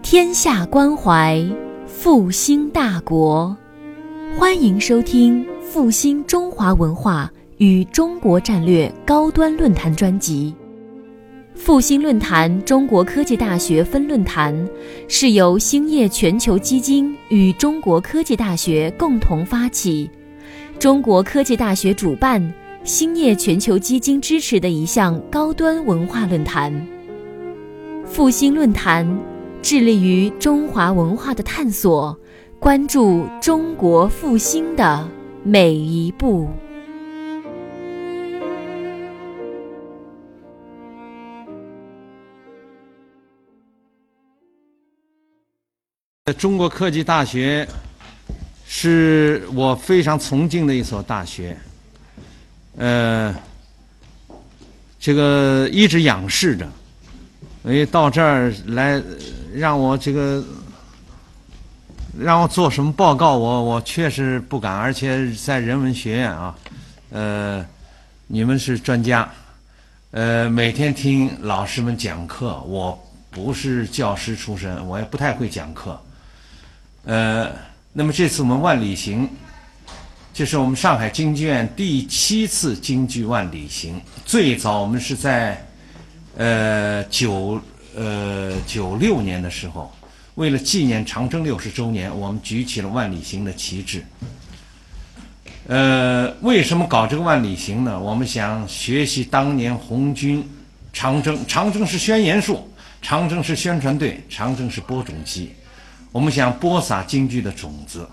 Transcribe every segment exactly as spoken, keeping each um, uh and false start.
天下关怀，复兴大国。欢迎收听复兴中华文化与中国战略高端论坛专辑。复兴论坛中国科技大学分论坛是由兴业全球基金与中国科技大学共同发起，中国科技大学主办，兴业全球基金支持的一项高端文化论坛。复兴论坛致力于中华文化的探索，关注中国复兴的每一步。 中国科技大学是我非常崇敬的一所大学，呃，这个一直仰视着，所以到这儿来让我这个让我做什么报告，我我确实不敢，而且在人文学院啊，呃，你们是专家，呃，每天听老师们讲课，我不是教师出身，我也不太会讲课。呃，那么这次我们万里行，这是我们上海京剧院第七次京剧万里行。最早我们是在呃九呃九六年的时候，为了纪念长征六十周年，我们举起了万里行的旗帜。呃，为什么搞这个万里行呢？我们想学习当年红军长征，长征是宣言术，长征是宣传队，长征是播种机。我们想播撒京剧的种子。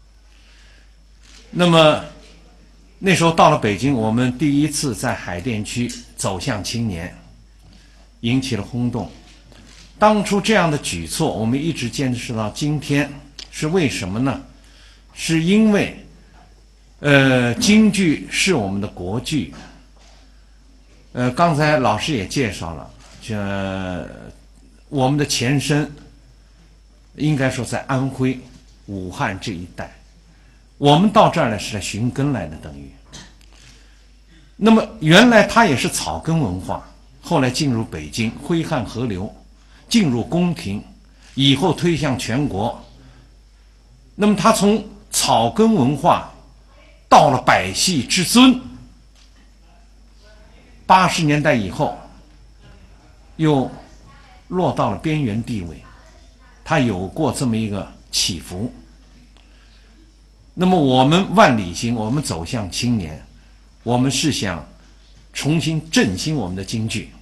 那么那时候到了北京，我们第一次在海淀区走向青年，引起了轰动。当初这样的举措我们一直坚持到今天，是为什么呢？是因为呃京剧是我们的国剧。呃刚才老师也介绍了，这我们的前身应该说在安徽武汉这一带，我们到这儿来是来寻根来的，等于。那么原来它也是草根文化，后来进入北京，挥汗河流，进入宫廷，以后推向全国。那么它从草根文化到了百戏之尊，八十年代以后又落到了边缘地位。它有过这么一个起伏。那么我们万里行，我们走向青年，我们是想重新振兴我们的京剧。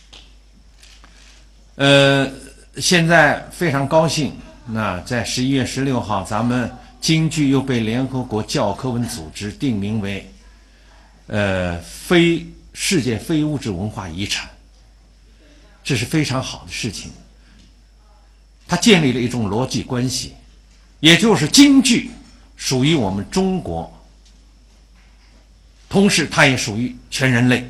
呃，现在非常高兴，那在十一月十六号，咱们京剧又被联合国教科文组织定名为呃非世界非物质文化遗产，这是非常好的事情。它建立了一种逻辑关系，也就是京剧属于我们中国，同时它也属于全人类。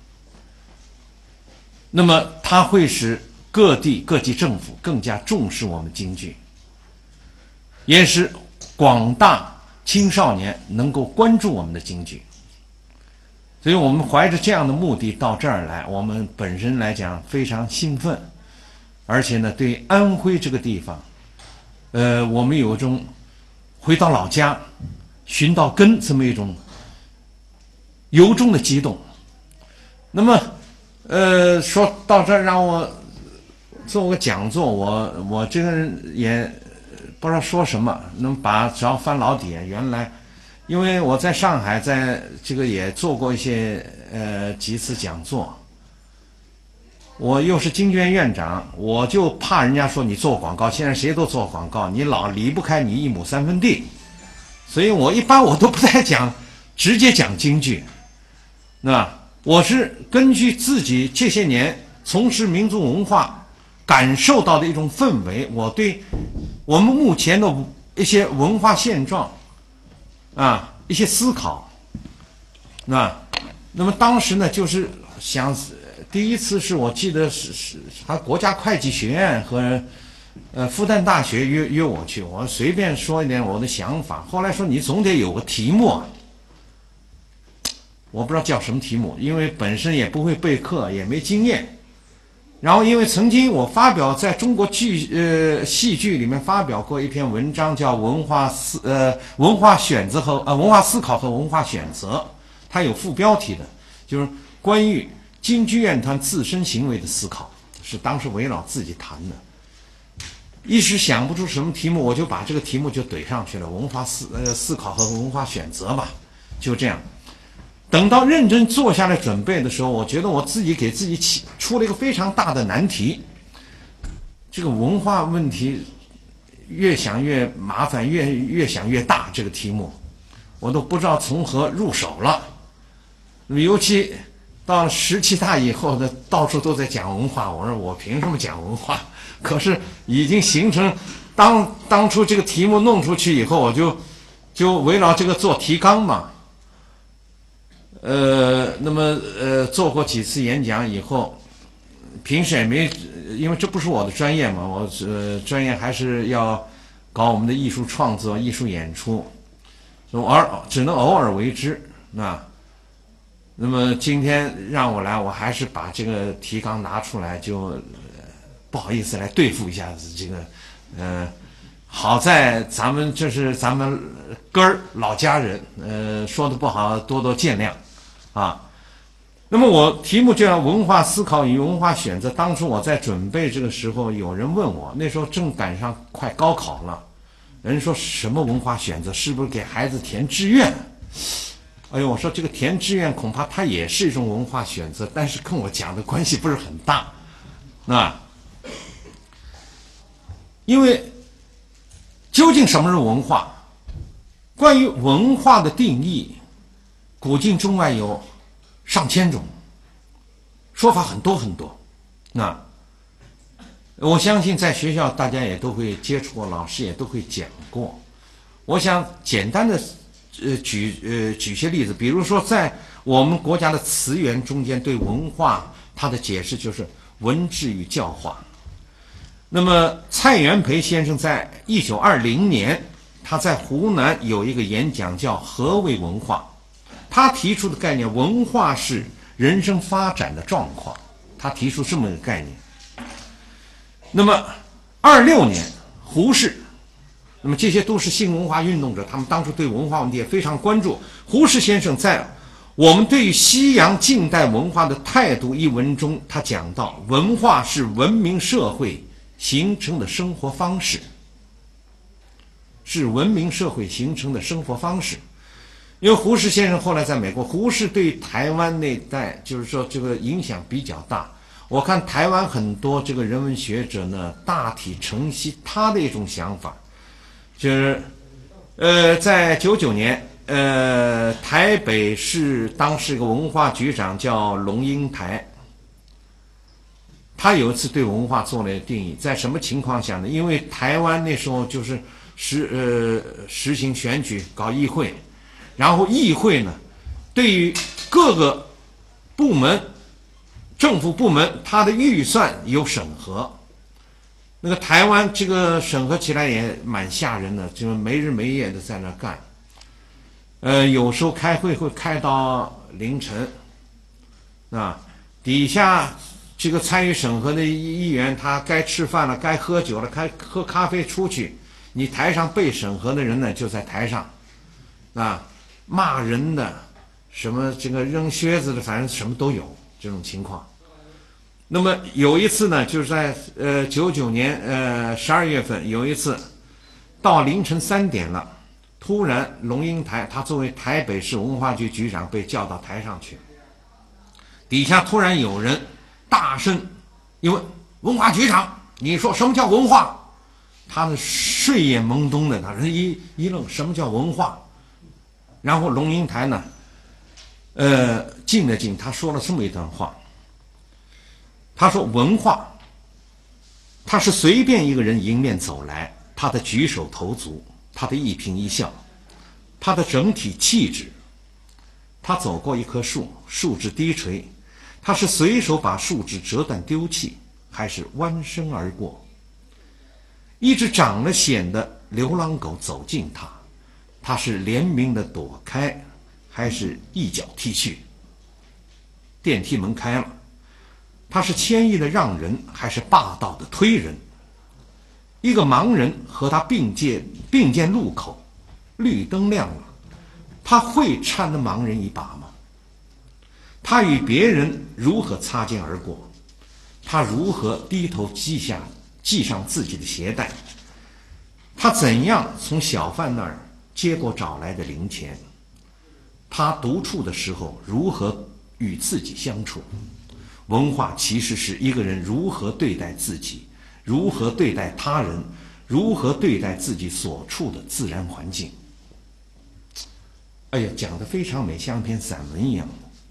那么它会使各地各级政府更加重视我们京剧，也使广大青少年能够关注我们的京剧。所以我们怀着这样的目的到这儿来，我们本身来讲非常兴奋。而且呢，对安徽这个地方，呃，我们有一种回到老家、寻到根这么一种由衷的激动。那么，呃，说到这儿让我做个讲座，我我这个人也不知道说什么，那么把只要翻老底，原来，因为我在上海，在这个也做过一些呃几次讲座。我又是京剧院院长，我就怕人家说你做广告，现在谁都做广告，你老离不开你一亩三分地，所以我一般我都不太讲，直接讲京剧，对吧？我是根据自己这些年从事民族文化感受到的一种氛围，我对我们目前的一些文化现状啊一些思考，那那么当时呢就是想。第一次是我记得是是他国家会计学院和呃复旦大学约约我去，我随便说一点我的想法。后来说你总得有个题目啊，我不知道叫什么题目，因为本身也不会备课，也没经验， 然后因为曾经我发表在中国剧呃戏剧里面发表过一篇文章，叫文化思呃文化选择和呃文化思考和文化选择，它有副标题的，就是关于京剧院团自身行为的思考，是当时围绕自己谈的。一时想不出什么题目，我就把这个题目就怼上去了，文化思呃思考和文化选择吧，就这样。等到认真坐下来准备的时候，我觉得我自己给自己起出了一个非常大的难题。这个文化问题越想越麻烦，越越想越大，这个题目我都不知道从何入手了。尤其到了十七大以后呢，到处都在讲文化，我说我凭什么讲文化？可是已经形成，当当初这个题目弄出去以后，我就就围绕这个做提纲嘛。呃，那么呃，做过几次演讲以后，平时也没，因为这不是我的专业嘛，我呃专业还是要搞我们的艺术创作、艺术演出，偶尔只能偶尔为之。那那么今天让我来，我还是把这个提纲拿出来，就、呃、不好意思来对付一下子这个，呃。好在咱们这是咱们根儿老家人，呃，说的不好多多见谅，啊。那么我题目叫文化思考与文化选择。当初我在准备这个时候，有人问我，那时候正赶上快高考了，人说什么文化选择，是不是给孩子填志愿？哎呦，我说这个填志愿恐怕它也是一种文化选择，但是跟我讲的关系不是很大，啊，因为。究竟什么是文化？关于文化的定义，古今中外有上千种，说法很多很多。那我相信在学校大家也都会接触过，老师也都会讲过。我想简单的呃举呃举些例子，比如说在我们国家的词源中间，对文化它的解释就是文治与教化。那么蔡元培先生在一九二零年，他在湖南有一个演讲叫《何为文化》，他提出的概念，文化是人生发展的状况，他提出这么一个概念。那么二六年胡适，那么这些都是新文化运动者，他们当初对文化问题也非常关注。胡适先生在《我们对于西洋近代文化的态度》一文中，他讲到，文化是文明社会形成的生活方式，是文明社会形成的生活方式。因为胡适先生后来在美国，胡适对台湾那代就是说这个影响比较大。我看台湾很多这个人文学者呢，大体承袭他的一种想法，就是呃，在九九年，呃，台北市当时一个文化局长叫龙应台。他有一次对文化做了定义，在什么情况下呢？因为台湾那时候就是实呃实行选举搞议会，然后议会呢对于各个部门政府部门它的预算有审核，那个台湾这个审核起来也蛮吓人的，就没日没夜的在那干，呃有时候开会会开到凌晨，啊，底下这个参与审核的议员，他该吃饭了，该喝酒了，该喝咖啡出去。你台上被审核的人呢，就在台上，啊，骂人的，什么这个扔靴子的，反正什么都有这种情况。那么有一次呢，就是在呃九九年呃十二月份，有一次到凌晨三点了，突然龙应台他作为台北市文化局局长被叫到台上去，底下突然有人大声一问，文化局长，你说什么叫文化？他们睡眼朦胧的，他人一一愣，什么叫文化？然后龙应台呢，呃，静了静，他说了这么一段话。他说，文化，他是随便一个人迎面走来，他的举手投足，他的一颦一笑，他的整体气质。他走过一棵树，树枝低垂，他是随手把树枝折断丢弃，还是弯身而过？一只长了癣的流浪狗走近他，他是怜悯地躲开，还是一脚踢去？电梯门开了， 他是谦抑的让人，还是霸道的推人？一个盲人和他并肩并肩路口，绿灯亮了，他会搀着盲人一把吗？他与别人如何擦肩而过？他如何低头系下系上自己的鞋带？他怎样从小贩那儿接过找来的零钱？他独处的时候如何与自己相处？文化其实是一个人如何对待自己，如何对待他人，如何对待自己所处的自然环境。哎呀，讲得非常美，像一篇散文一样。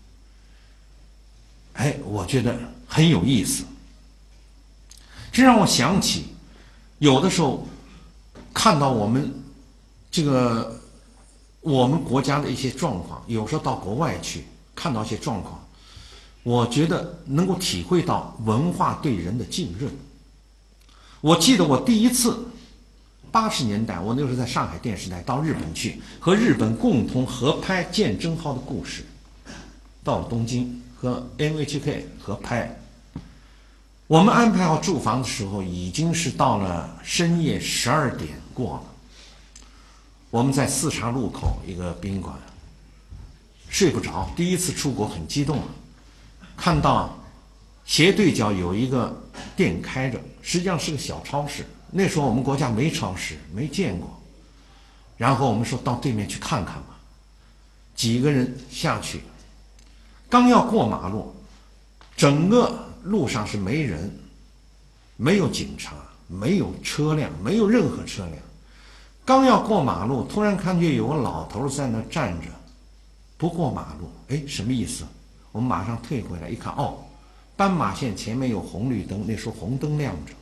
哎，我觉得很有意思。这让我想起，有的时候看到我们这个我们国家的一些状况，有时候到国外去看到一些状况，我觉得能够体会到文化对人的浸润。我记得我第一次八十年代，我那时候在上海电视台到日本去，和日本共同合拍鉴真号的故事，到了东京和 N H K 合拍。我们安排好住房的时候，已经是到了深夜十二点过了。我们在四岔路口一个宾馆，睡不着，第一次出国很激动啊，看到斜对角有一个店开着，实际上是个小超市。那时候我们国家没超市，没见过。然后我们说到对面去看看吧，几个人下去，刚要过马路，整个路上是没人，没有警察，没有车辆，没有任何车辆。刚要过马路，突然看见有个老头在那站着，不过马路。哎，什么意思？我们马上退回来一看，哦，斑马线前面有红绿灯，那时候红灯亮着。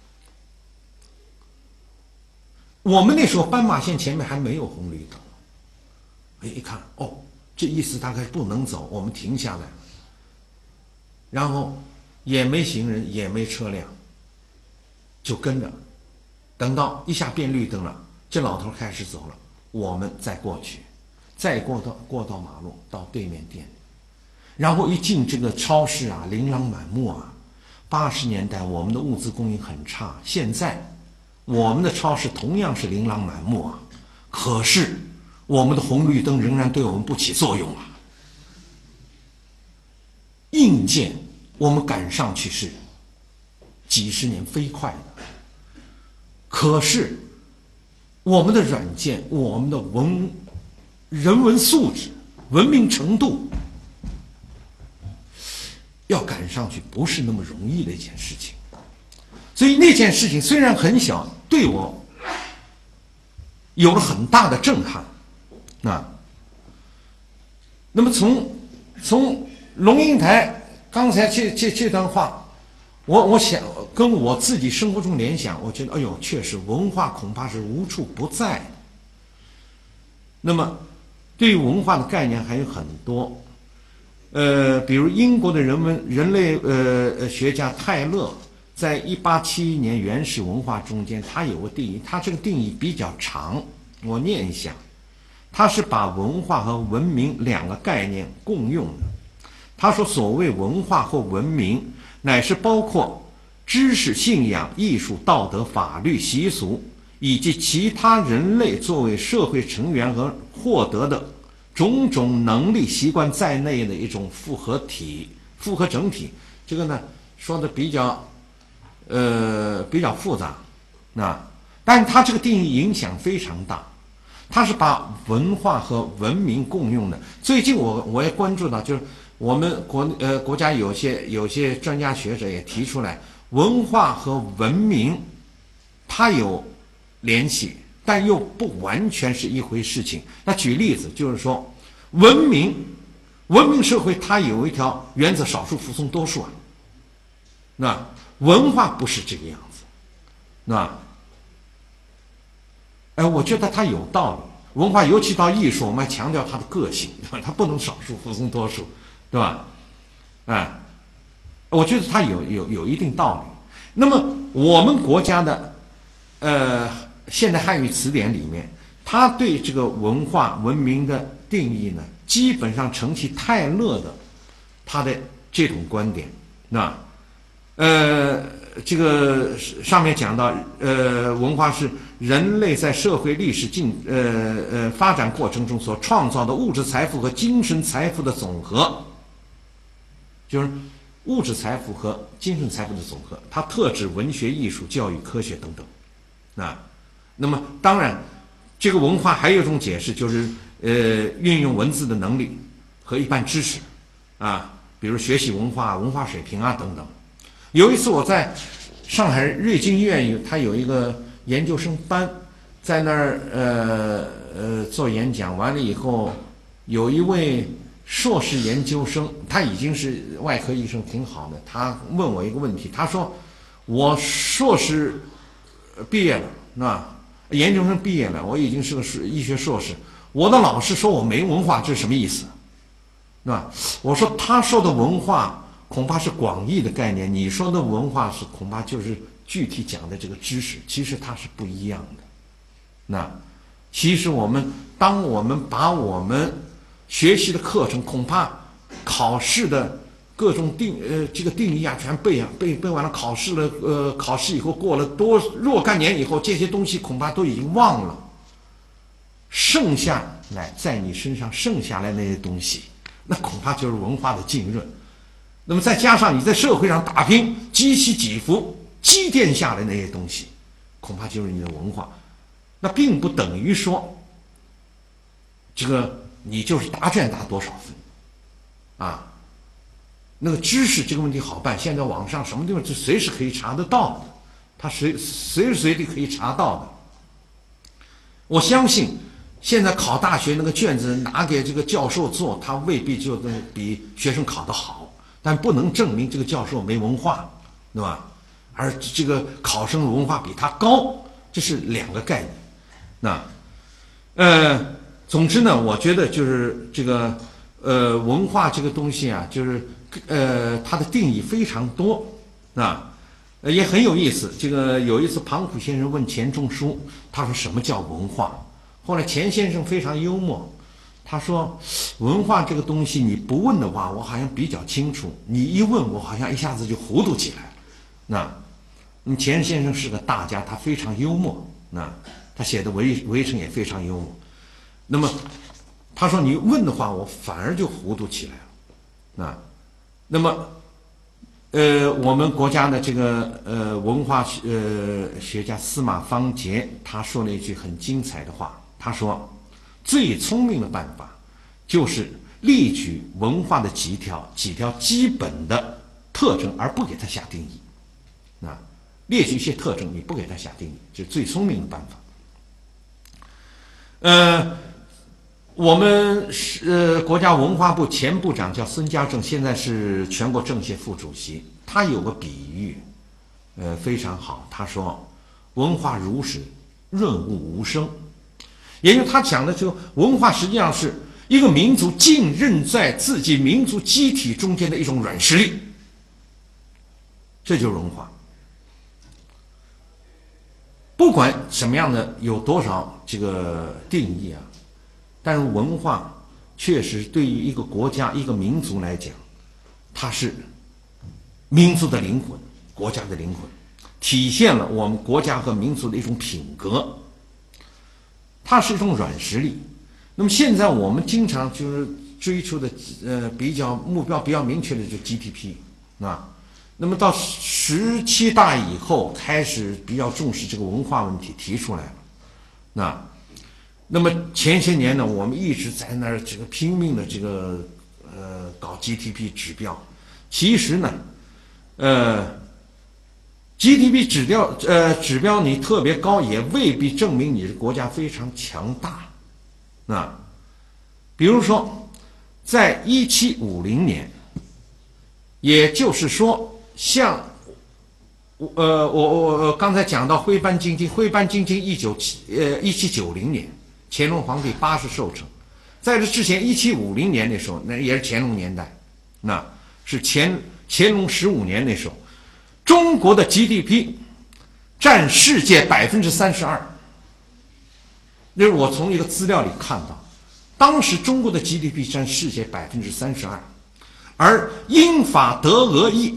我们那时候斑马线前面还没有红绿灯。哎，一看，哦，这意思大概是不能走，我们停下来，然后也没行人，也没车辆，就跟着，等到一下变绿灯了，这老头开始走了，我们再过去，再过到过到马路到对面店，然后一进这个超市啊，琳琅满目啊。八十年代我们的物资供应很差，现在我们的超市同样是琳琅满目啊，可是我们的红绿灯仍然对我们不起作用啊。硬件我们赶上去是几十年飞快的，可是我们的软件，我们的文人文素质、文明程度，要赶上去不是那么容易的一件事情。所以那件事情虽然很小，对我有了很大的震撼。那那么从从龙应台刚才这这这段话，我我想跟我自己生活中联想，我觉得哎呦，确实文化恐怕是无处不在的。那么对于文化的概念还有很多，呃，比如英国的人文人类呃学家泰勒在一八七一年原始文化中间，他有个定义，他这个定义比较长，我念一下。他是把文化和文明两个概念共用的。他说，所谓文化或文明，乃是包括知识、信仰、艺术、道德、法律、习俗以及其他人类作为社会成员和获得的种种能力习惯在内的一种复合体、复合整体。这个呢说的比较呃比较复杂，那但是他这个定义影响非常大。他是把文化和文明共用的。最近我我也关注到，就是我们国呃国家有些有些专家学者也提出来，文化和文明它有联系，但又不完全是一回事情。那举例子就是说，文明文明社会它有一条原则，少数服从多数啊。那文化不是这个样子，那。哎，我觉得它有道理。文化尤其到艺术，我们还强调它的个性，对吧？它不能少数服从多数，对吧？哎，我觉得它有有有一定道理。那么我们国家的呃现代汉语词典里面，它对这个文化文明的定义呢，基本上承袭泰勒的他的这种观点。那呃，这个上面讲到，呃，文化是人类在社会历史进呃呃发展过程中所创造的物质财富和精神财富的总和，就是物质财富和精神财富的总和，它特指文学、艺术、教育、科学等等。啊，那么当然，这个文化还有一种解释，就是呃运用文字的能力和一般知识，啊，比如学习文化、文化水平啊等等。有一次我在上海瑞金医院有他有一个研究生班，在那儿呃呃做演讲，完了以后有一位硕士研究生，他已经是外科医生，挺好的。他问我一个问题，他说：“我硕士毕业了，那研究生毕业了，我已经是个医学硕士。我的老师说我没文化，这是什么意思？”是吧？我说他说的文化恐怕是广义的概念，你说的文化是恐怕就是具体讲的这个知识，其实它是不一样的。那其实我们当我们把我们学习的课程，恐怕考试的各种定呃这个定义啊全背啊背背完了，考试了呃考试以后过了多若干年以后，这些东西恐怕都已经忘了。剩下来在你身上剩下来那些东西，那恐怕就是文化的浸润。那么再加上你在社会上打拼积其己福积淀下来那些东西，恐怕就是你的文化。那并不等于说这个你就是答卷打多少分啊。那个知识这个问题好办，现在网上什么地方就随时可以查得到的，它随随时随地可以查到的。我相信现在考大学那个卷子拿给这个教授做，他未必就比学生考得好，但不能证明这个教授没文化，对吧？而这个考生的文化比他高，这是两个概念。那呃，总之呢，我觉得就是这个呃文化这个东西啊，就是呃它的定义非常多啊，也很有意思。这个有一次庞朴先生问钱钟书，他说什么叫文化？后来钱先生非常幽默，他说文化这个东西你不问的话，我好像比较清楚；你一问，我好像一下子就糊涂起来了。那那么钱先生是个大家，他非常幽默，那他写的围围城也非常幽默。那么他说你问的话，我反而就糊涂起来了。那那么呃，我们国家的这个呃文化呃学家司马方杰，他说了一句很精彩的话，他说最聪明的办法就是列举文化的几条几条基本的特征，而不给它下定义。啊，列举一些特征，你不给它下定义，这是最聪明的办法。呃，我们是呃国家文化部前部长叫孙家正，现在是全国政协副主席。他有个比喻，呃非常好。他说，文化如水，润物无声。也就是他讲的，就文化实际上是一个民族浸润在自己民族机体中间的一种软实力，这就是文化。不管什么样的，有多少这个定义啊，但是文化确实对于一个国家、一个民族来讲，它是民族的灵魂，国家的灵魂，体现了我们国家和民族的一种品格，它是一种软实力。那么现在我们经常就是追求的呃比较目标比较明确的就是 G D P 啊。那么到十七大以后，开始比较重视这个文化问题，提出来了。那，那么前些年呢，我们一直在那儿这个拼命的这个呃搞 G D P 指标。其实呢，呃 ，G D P 指标呃指标你特别高，也未必证明你的国家非常强大。那，比如说，在一七五零年，也就是说。像，呃，我我我刚才讲到徽班进京，徽班进京一九七呃一七九零年，乾隆皇帝八十寿辰，在这之前一七五零年那时候，那也是乾隆年代，那是乾乾隆十五年那时候，中国的 G D P 占世界百分之三十二。那是我从一个资料里看到，当时中国的 G D P 占世界百分之三十二，而英法德俄意。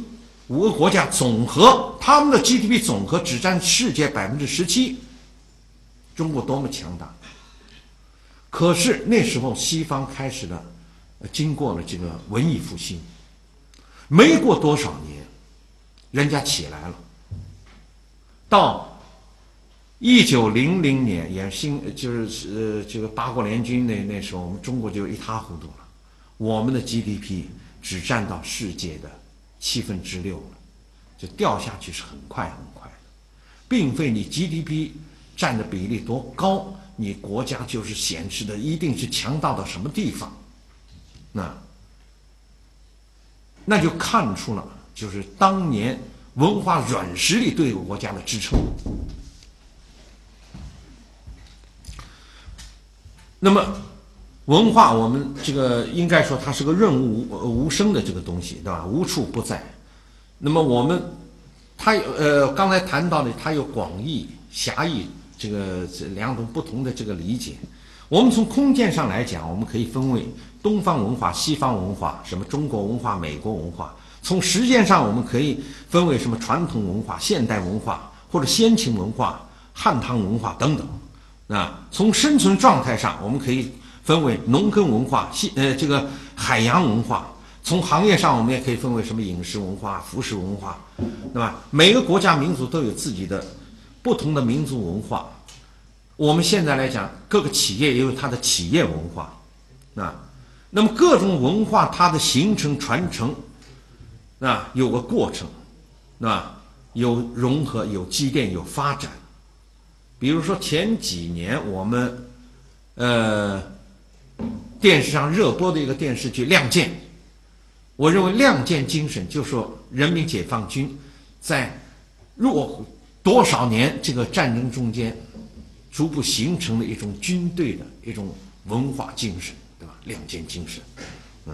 五个国家总和他们的 G D P 总和只占世界百分之十七，中国多么强大！可是那时候西方开始了，经过了这个文艺复兴，没过多少年，人家起来了。到一九零零年，也新就是呃这个八国联军那那时候，我们中国就一塌糊涂了，我们的 G D P 只占到世界的七分之六了，就掉下去是很快很快的，并非你 G D P 占的比例多高，你国家就是显示的一定是强大到什么地方，那那就看出了就是当年文化软实力对国家的支撑。那么文化我们这个应该说它是个润物无无声的这个东西，对吧？无处不在。那么我们它有呃刚才谈到的，它有广义狭义这个这两种不同的这个理解。我们从空间上来讲，我们可以分为东方文化、西方文化，什么中国文化、美国文化。从时间上，我们可以分为什么传统文化、现代文化，或者先秦文化、汉唐文化等等。啊，从生存状态上，我们可以分为农耕文化、西呃这个海洋文化。从行业上，我们也可以分为什么饮食文化、服饰文化，对吧？每个国家民族都有自己的不同的民族文化。我们现在来讲，各个企业也有它的企业文化，啊，那么各种文化它的形成传承，啊，有个过程，啊，有融合、有积淀、有发展。比如说前几年我们呃电视上热播的一个电视剧《亮剑》，我认为亮剑精神就是说人民解放军在若多少年这个战争中间逐步形成了一种军队的一种文化精神，对吧？亮剑精神，嗯。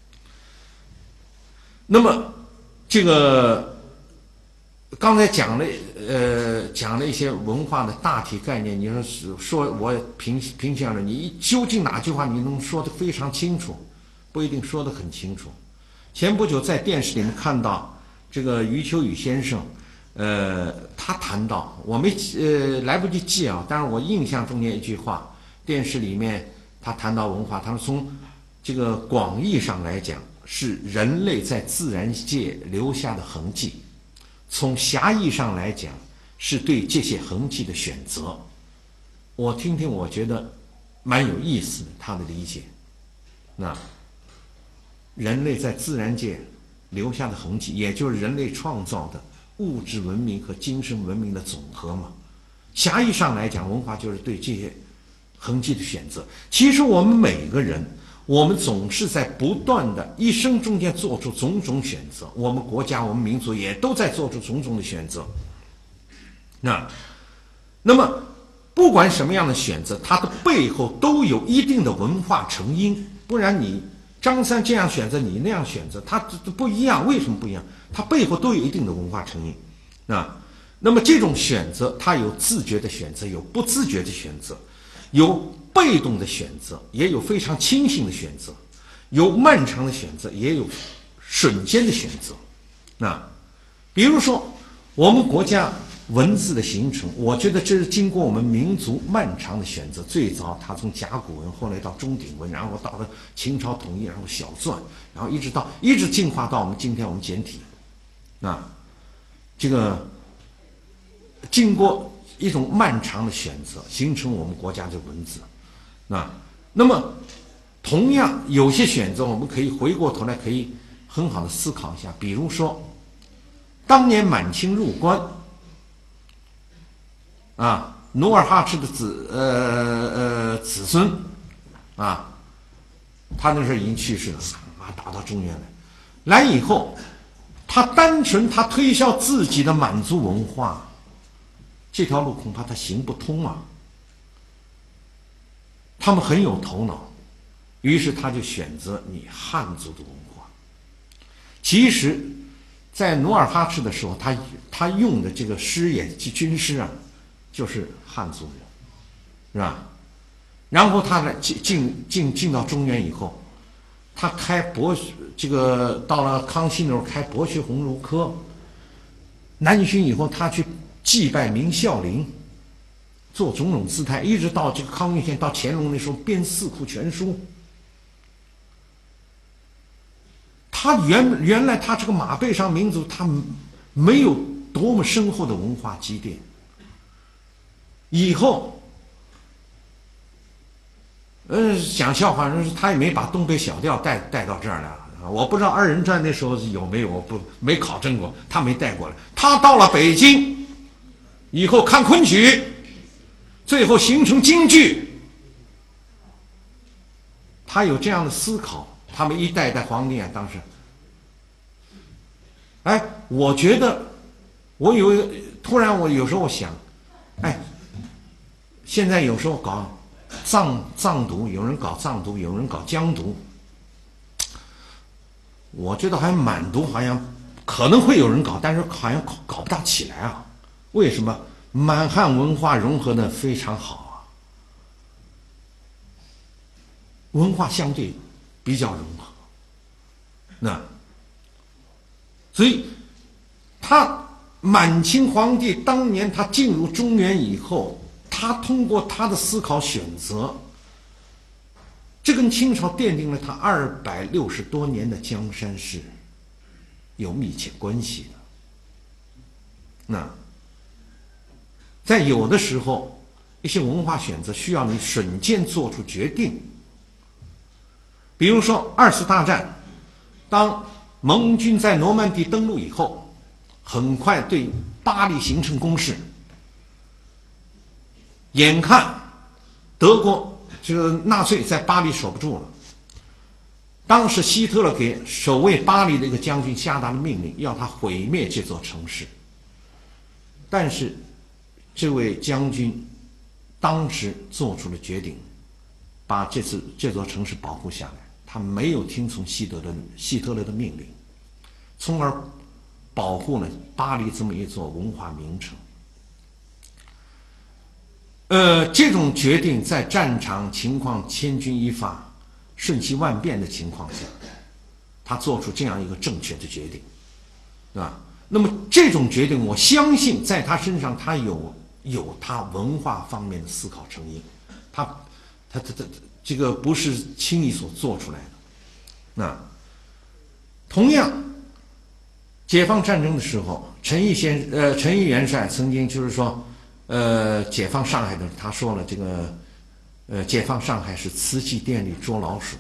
那么这个刚才讲了，呃，讲了一些文化的大体概念。你说是说我凭凭想着你究竟哪句话你能说得非常清楚，不一定说得很清楚。前不久在电视里面看到这个余秋雨先生，呃，他谈到我没呃来不及记啊，但是我印象中间一句话，电视里面他谈到文化，他说从这个广义上来讲，是人类在自然界留下的痕迹。从狭义上来讲，是对这些痕迹的选择。我听听，我觉得蛮有意思的，他的理解。那人类在自然界留下的痕迹，也就是人类创造的物质文明和精神文明的总和嘛。狭义上来讲，文化就是对这些痕迹的选择。其实我们每个人，我们总是在不断的一生中间做出种种选择，我们国家我们民族也都在做出种种的选择。那那么不管什么样的选择，它的背后都有一定的文化成因，不然你张三这样选择，你那样选择，它不一样。为什么不一样？它背后都有一定的文化成因。啊，那么这种选择，它有自觉的选择，有不自觉的选择，有被动的选择，也有非常清醒的选择，有漫长的选择，也有瞬间的选择。那比如说我们国家文字的形成，我觉得这是经过我们民族漫长的选择。最早它从甲骨文，后来到钟鼎文，然后到了秦朝统一，然后小篆，然后一直到一直进化到我们今天我们简体。啊，这个经过一种漫长的选择，形成我们国家的文字。啊，那么同样有些选择我们可以回过头来可以很好的思考一下。比如说当年满清入关啊，努尔哈赤的子呃呃子孙啊，他那时候已经去世了啊，打到中原来，来以后他单纯他推销自己的满族文化，这条路恐怕他行不通啊。他们很有头脑，于是他就选择你汉族的文化。其实在努尔哈赤的时候，他他用的这个师也军师啊，就是汉族人，是吧？然后他来进进进进到中原以后， 他开博这个到了康熙那时候开博学鸿儒科，南巡以后他去祭拜明孝陵，做种种姿态，一直到这个康雍乾到乾隆那时候编《四库全书》。他原原来他这个马背上民族，他没有多么深厚的文化积淀。以后，呃，讲笑话，他也没把东北小调带带到这儿来。我不知道二人转那时候有没有，我不没考证过，他没带过来。他到了北京以后看昆曲，最后形成京剧。他有这样的思考，他们一代代皇帝啊，当时，哎，我觉得，我有突然我有时候我想，哎，现在有时候搞藏藏独，有人搞藏独，有人搞疆独。我觉得好像满族好像可能会有人搞，但是好像搞搞不大起来啊。为什么？满汉文化融合的非常好啊，文化相对比较融合。那所以他满清皇帝当年他进入中原以后，他通过他的思考选择，这跟清朝奠定了他二百六十多年的江山是有密切关系的。那在有的时候，一些文化选择需要你瞬间做出决定。比如说二次大战，当盟军在诺曼底登陆以后，很快对巴黎形成攻势，眼看德国这个纳粹在巴黎守不住了。当时希特勒给守卫巴黎的一个将军下达了命令，要他毁灭这座城市。但是这位将军当时做出了决定，把这次这座城市保护下来。他没有听从希特勒的希特勒的命令，从而保护了巴黎这么一座文化名城。呃，这种决定在战场情况千钧一发、瞬息万变的情况下，他做出这样一个正确的决定，对吧？那么这种决定，我相信在他身上，他有有他文化方面的思考成因，他他他他这个不是轻易所做出来的。那同样，解放战争的时候，陈毅先呃陈毅元帅曾经就是说。呃，解放上海的他说了，这个，呃，解放上海是瓷器店里捉老鼠，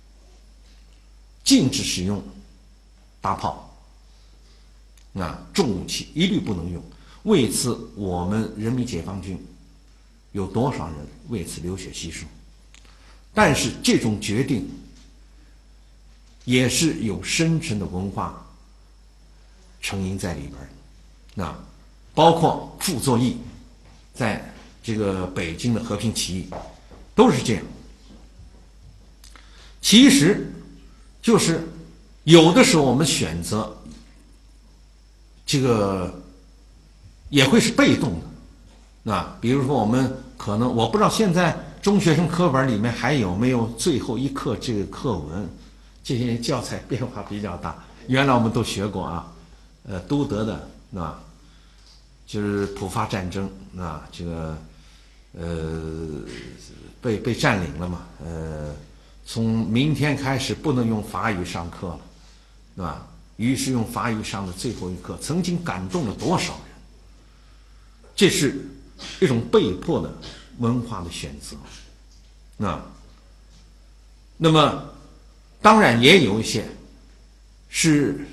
禁止使用大炮，啊，重武器一律不能用。为此，我们人民解放军有多少人为此流血牺牲？但是这种决定也是有深沉的文化成因在里边，啊，包括傅作义。在这个北京的和平起义，都是这样。其实，就是有的时候我们选择这个也会是被动的，啊，比如说我们可能我不知道现在中学生课本里面还有没有最后一课这个课文，这些教材变化比较大。原来我们都学过啊，呃，都德的啊。就是普法战争啊，这个呃被被占领了嘛，呃，从明天开始不能用法语上课了，对吧？于是用法语上的最后一课，曾经感动了多少人？这是一种被迫的文化的选择啊。那么当然也有一些是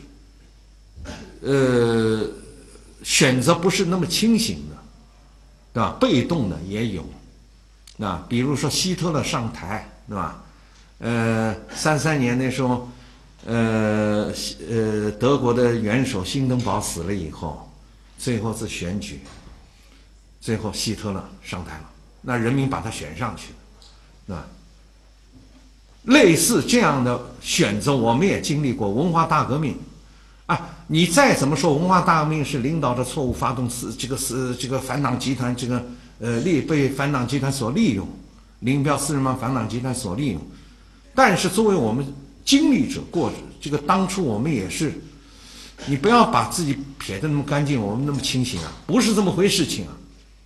呃。选择不是那么清醒的，对吧？被动的也有，啊，比如说希特勒上台，对吧？呃，三三年那时候，呃呃，德国的元首兴登堡死了以后，最后是选举，最后希特勒上台了，那人民把他选上去了，啊，类似这样的选择，我们也经历过文化大革命。啊，你再怎么说文化大革命是领导者错误发动四这个四这个反党集团这个呃利被反党集团所利用，林彪四人帮反党集团所利用，但是作为我们经历者过这个当初我们也是，你不要把自己撇得那么干净，我们那么清醒啊，不是这么回事情啊。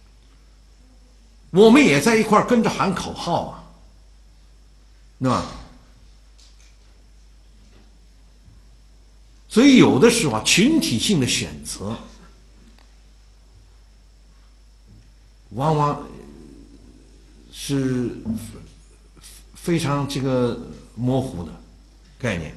我们也在一块儿跟着喊口号啊，对吧？所以有的时候啊，群体性的选择，往往是非常这个模糊的概念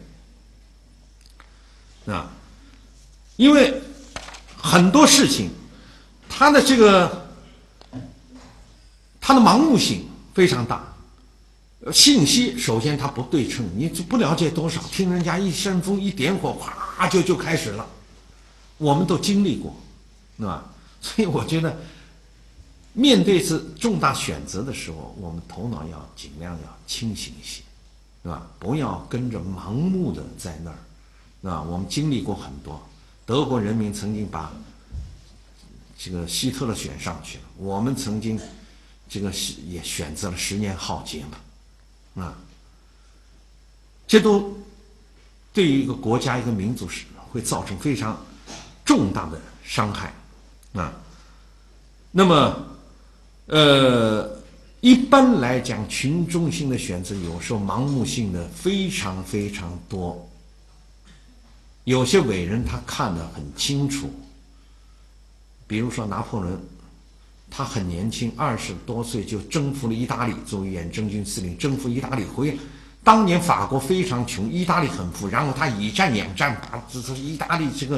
啊，因为很多事情，它的这个它的盲目性非常大。信息首先它不对称，你不了解多少，听人家一扇风一点火，哗就就开始了，我们都经历过，对吧？所以我觉得，面对次重大选择的时候，我们头脑要尽量要清醒一些，对吧？不要跟着盲目的在那儿，对吧？我们经历过很多，德国人民曾经把这个希特勒选上去了，我们曾经这个也选择了十年浩劫嘛。啊，这都对于一个国家、一个民族是会造成非常重大的伤害啊。那么，呃，一般来讲，群众性的选择有时候盲目性的非常非常多。有些伟人他看得很清楚，比如说拿破仑。他很年轻，二十多岁就征服了意大利，作为远征军司令，征服意大利回。当年法国非常穷，意大利很富，然后他以战养战，把这这意大利这个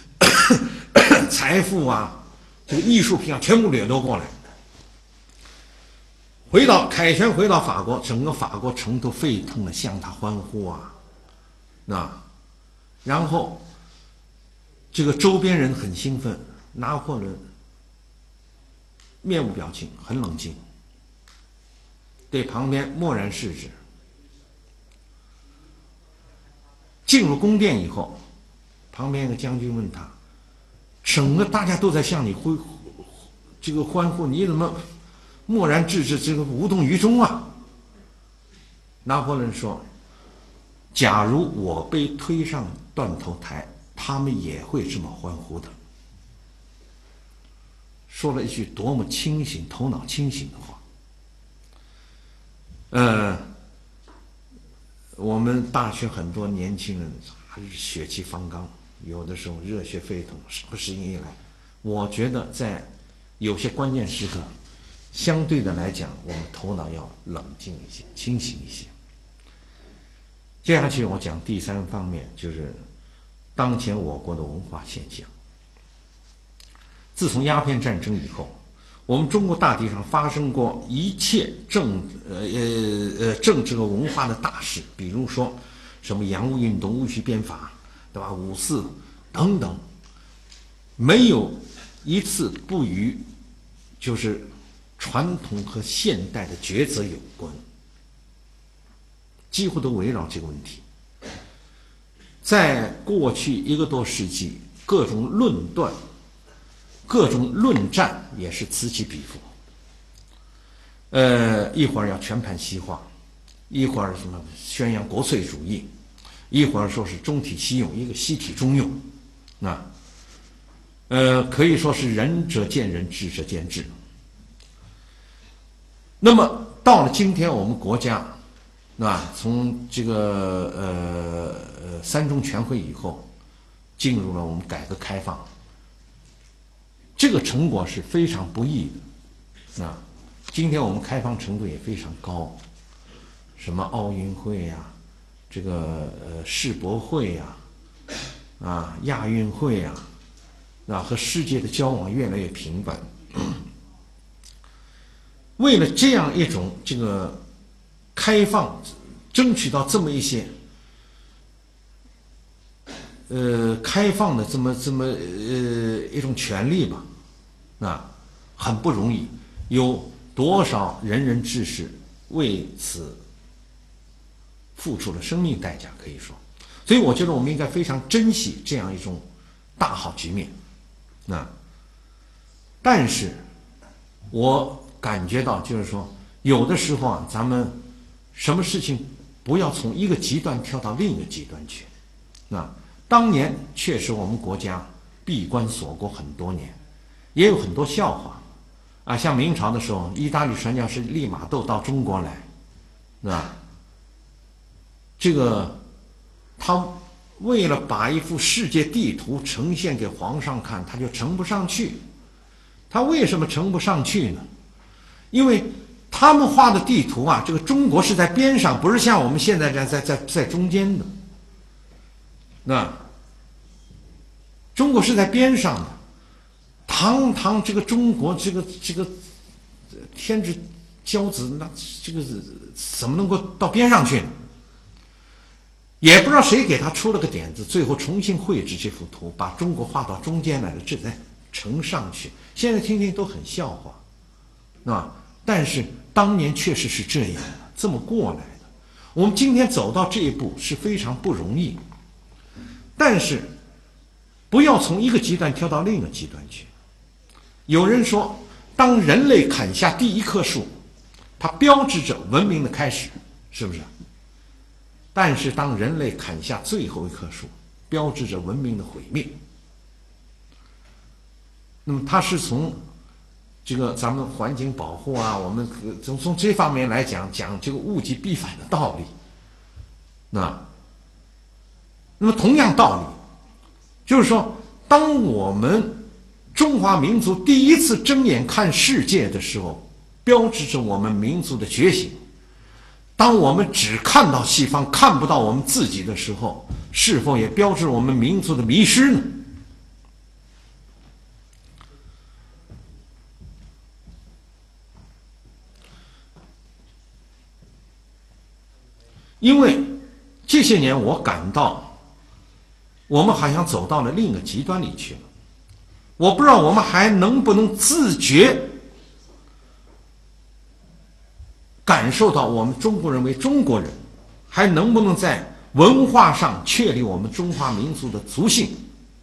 财富啊，这个艺术品啊，全部掠夺过来。回到凯旋，回到法国，整个法国城都沸腾的向他欢呼啊，啊，然后这个周边人很兴奋，拿破仑面无表情，很冷静，对旁边默然视之。进入宫殿以后，旁边一个将军问他：“整个大家都在向你挥这个欢呼，你怎么默然置之，这个无动于衷啊？”拿破仑说：“假如我被推上断头台，他们也会这么欢呼的。”说了一句多么清醒、头脑清醒的话。呃，我们大学很多年轻人还是血气方刚，有的时候热血沸腾，时不时一来。我觉得在有些关键时刻，相对的来讲，我们头脑要冷静一些、清醒一些。接下去我讲第三方面，就是当前我国的文化现象。自从鸦片战争以后，我们中国大地上发生过一切政呃呃呃政治和文化的大事，比如说什么洋务运动、戊戌变法，对吧？五四等等，没有一次不与就是传统和现代的抉择有关，几乎都围绕这个问题。在过去一个多世纪，各种论断。各种论战也是此起彼伏，呃，一会儿要全盘西化，一会儿什么宣扬国粹主义，一会儿说是中体西用，一个西体中用，啊，呃，可以说是仁者见仁，智者见智。那么到了今天，我们国家，啊，从这个呃呃三中全会以后，进入了我们改革开放。这个成果是非常不易的，啊，今天我们开放程度也非常高，什么奥运会呀、啊，这个呃世博会呀、啊，啊亚运会呀、啊，啊和世界的交往越来越频繁。为了这样一种这个开放，争取到这么一些呃开放的这么这么呃一种权利吧。啊，很不容易，有多少仁人志士为此付出了生命代价，可以说。所以我觉得我们应该非常珍惜这样一种大好局面。啊，但是我感觉到就是说，有的时候啊，咱们什么事情不不要从一个极端跳到另一个极端去。啊，当年确实我们国家闭关锁国很多年，也有很多笑话啊，像明朝的时候，意大利传教士利玛窦到中国来，是吧？这个他为了把一幅世界地图呈现给皇上看，他就呈不上去。他为什么呈不上去呢？因为他们画的地图啊，这个中国是在边上，不是像我们现在这样在在在中间的。那中国是在边上的，堂堂这个中国这个这个天之骄子，那这个怎么能够到边上去呢？也不知道谁给他出了个点子，最后重新绘制这幅图，把中国画到中间来了，这才呈上去。现在听听都很笑话，啊！但是当年确实是这样的，这么过来的。我们今天走到这一步是非常不容易，但是不要从一个极端跳到另一个极端去。有人说，当人类砍下第一棵树，它标志着文明的开始，是不是？但是当人类砍下最后一棵树，标志着文明的毁灭。那么它是从这个咱们环境保护啊，我们从从这方面来讲，讲这个物极必反的道理。那那么同样道理，就是说，当我们中华民族第一次睁眼看世界的时候，标志着我们民族的觉醒。当我们只看到西方，看不到我们自己的时候，是否也标志我们民族的迷失呢？因为这些年我感到，我们好像走到了另一个极端里去了。我不知道我们还能不能自觉感受到我们中国人为中国人，还能不能在文化上确立我们中华民族的族性。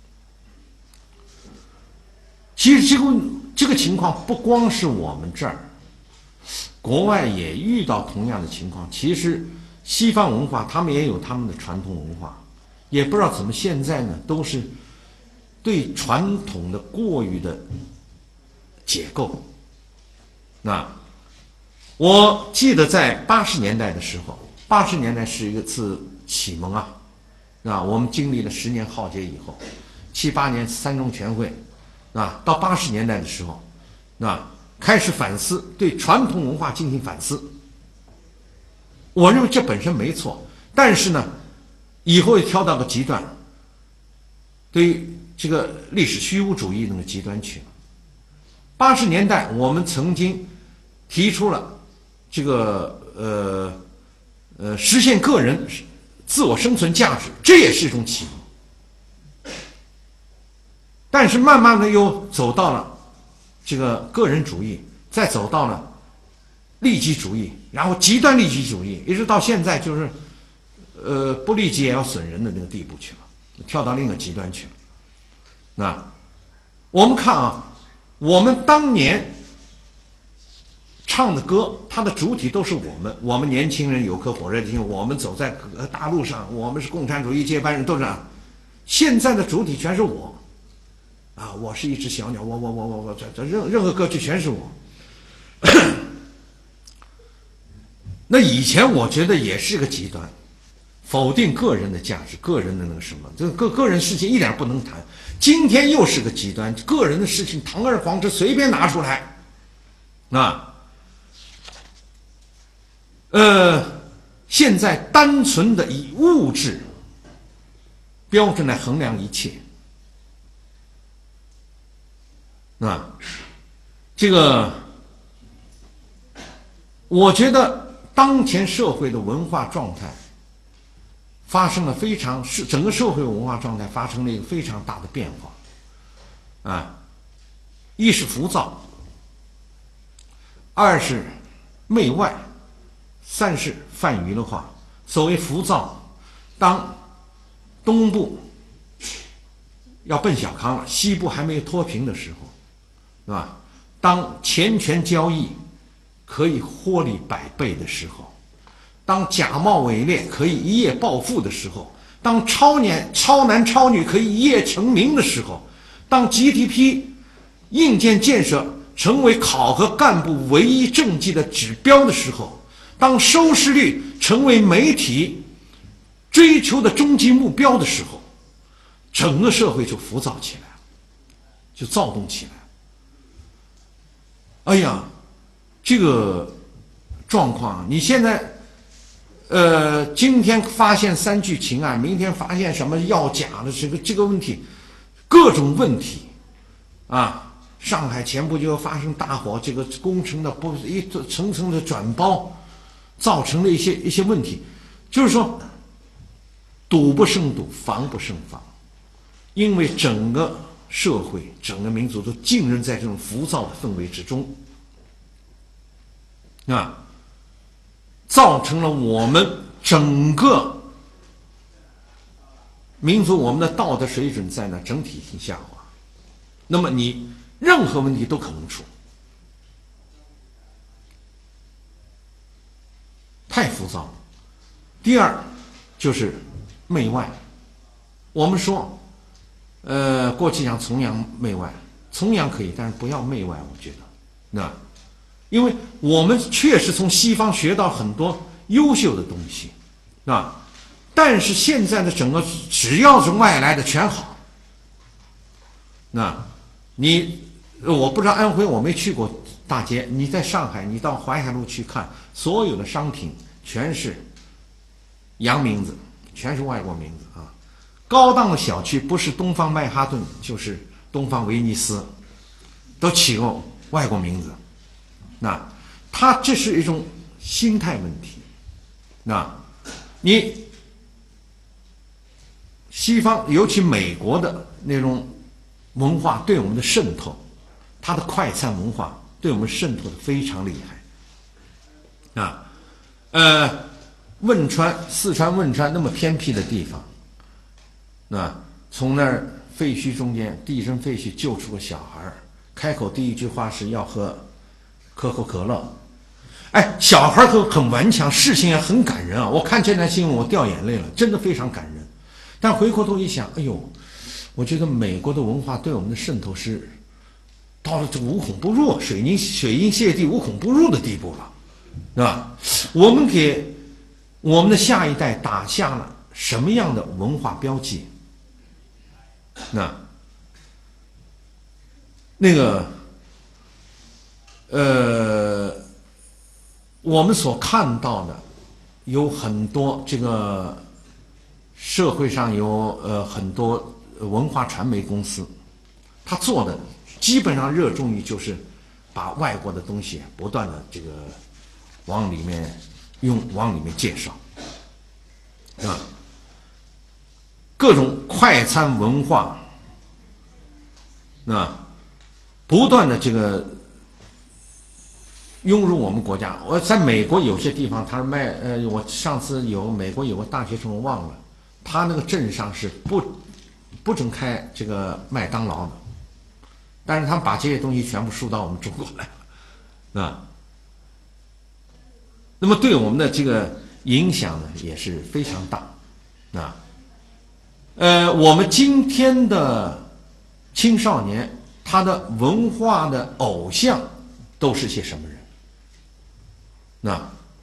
其实这个这个情况不光是我们这儿，国外也遇到同样的情况。其实西方文化他们也有他们的传统文化，也不知道怎么现在呢都是对传统的过于的解构。那我记得在八十年代的时候，八十年代是一次启蒙啊，啊，我们经历了十年浩劫以后，七八年三中全会，啊，到八十年代的时候，啊，开始反思，对传统文化进行反思。我认为这本身没错，但是呢，以后也跳到个极端，对于这个历史虚无主义那个极端去了。八十年代我们曾经提出了这个呃呃实现个人自我生存价值，这也是一种启蒙。但是慢慢的又走到了这个个人主义，再走到了利己主义，然后极端利己主义，一直到现在就是呃不利己也要损人的那个地步去了，跳到另一个极端去了。那我们看啊，我们当年唱的歌，它的主体都是我们，我们年轻人有颗火热的心，我们走在大路上，我们是共产主义接班人，都是这样。现在的主体全是我，啊，我是一只小鸟，我我我我我这这任任何歌曲全是我。那以前我觉得也是个极端，否定个人的价值，个人的那个什么，这个个人事情一点不能谈。今天又是个极端，个人的事情堂而皇之随便拿出来，啊，呃，现在单纯的以物质标准来衡量一切，啊，这个我觉得当前社会的文化状态发生了非常是整个社会文化状态发生了一个非常大的变化，啊，一是浮躁，二是媚外，三是泛娱乐化。所谓浮躁，当东部要奔小康了，西部还没有脱贫的时候，是吧？当钱权交易可以获利百倍的时候， 当假冒伪劣可以一夜暴富的时候，当超年超男超女可以一夜成名的时候，当 G D P 硬件建设成为考核干部唯一政绩的指标的时候，当收视率成为媒体追求的终极目标的时候，整个社会就浮躁起来了，就躁动起来了。哎呀，这个状况，你现在呃，今天发现三聚氰胺，明天发现什么药假的这个这个问题，各种问题啊。上海前不久发生大火，这个工程的不一层层的转包，造成了一些一些问题。就是说，赌不胜赌，防不胜防，因为整个社会、整个民族都浸润在这种浮躁的氛围之中，啊，造成了我们整个民族我们的道德水准在那整体性下滑。那么你任何问题都可能出，太浮躁了。第二就是媚外，我们说，呃，过去讲崇洋媚外，崇洋可以，但是不要媚外，我觉得，那，因为我们确实从西方学到很多优秀的东西，啊，但是现在的整个只要是外来的全好，那，你。我不知道安徽，我没去过大街。你在上海，你到淮海路去看，所有的商品全是洋名字，全是外国名字啊。高档的小区不是东方曼哈顿，就是东方威尼斯，都起过外国名字。那它这是一种心态问题。那你西方，尤其美国的那种文化对我们的渗透。它的快餐文化对我们渗透的非常厉害，啊，呃，汶川、四川汶川那么偏僻的地方，啊，从那儿废墟中间地震废墟救出个小孩，开口第一句话是要喝可口可乐，哎，小孩都很顽强，事情也很感人啊！我看这条新闻我掉眼泪了，真的非常感人。但回过头一想，哎呦，我觉得美国的文化对我们的渗透是。到了这个无孔不入、水泥水银泻地无孔不入的地步了，是吧？我们给我们的下一代打下了什么样的文化标记？那那个呃，我们所看到的有很多这个社会上有呃很多文化传媒公司，他做的。基本上热衷于就是把外国的东西不断的这个往里面用，往里面介绍，啊，各种快餐文化，啊，不断的这个涌入我们国家。我在美国有些地方，他卖呃，我上次有美国有个大学生我忘了，他那个镇上是不不准开这个麦当劳的。但是他们把这些东西全部输到我们中国来了，啊，那么对我们的这个影响呢也是非常大，啊，呃，我们今天的青少年他的文化的偶像都是些什么人？那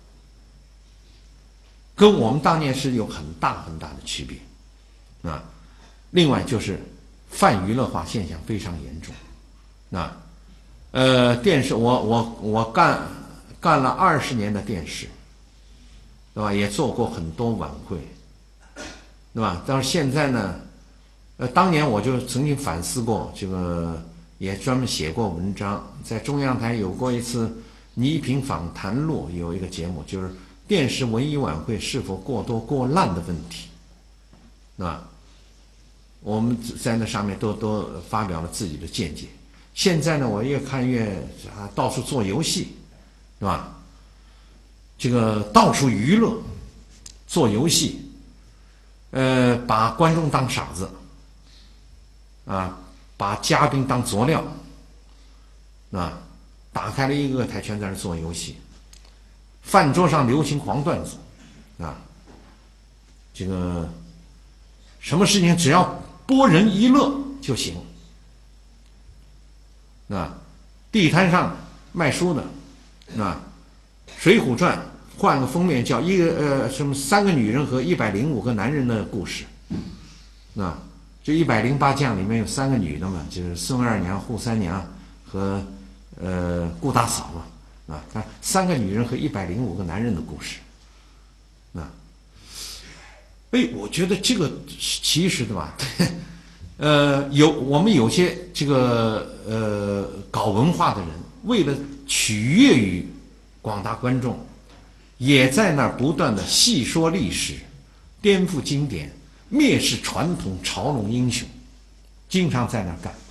跟我们当年是有很大很大的区别，啊，另外就是泛娱乐化现象非常严重。那，呃，电视，我我我干干了二十年的电视，对吧？也做过很多晚会，对吧？但是现在呢，呃，当年我就曾经反思过，这个也专门写过文章，在中央台有过一次倪萍访谈录，有一个节目，就是电视文艺晚会是否过多过烂的问题，对吧？我们在那上面都都发表了自己的见解。现在呢，我越看越啊，到处做游戏，是吧？这个到处娱乐，做游戏，呃，把观众当傻子，啊，把嘉宾当佐料，啊，打开了一个台全在那做游戏，饭桌上流行黄段子， 啊，这个什么事情只要拨人一乐就行，啊，地摊上卖书的，啊，《水浒传》换个封面叫一个呃什么三个女人和一百零五个男人的故事，啊，这一百零八将里面有三个女的嘛，就是孙二娘、扈三娘和呃顾大嫂嘛，啊，看三个女人和一百零五个男人的故事，啊，哎，我觉得这个其实对吧？呃，有我们有些这个呃搞文化的人，为了取悦于广大观众，也在那儿不断的细说历史，颠覆经典，蔑视传统，嘲弄英雄，经常在那儿干。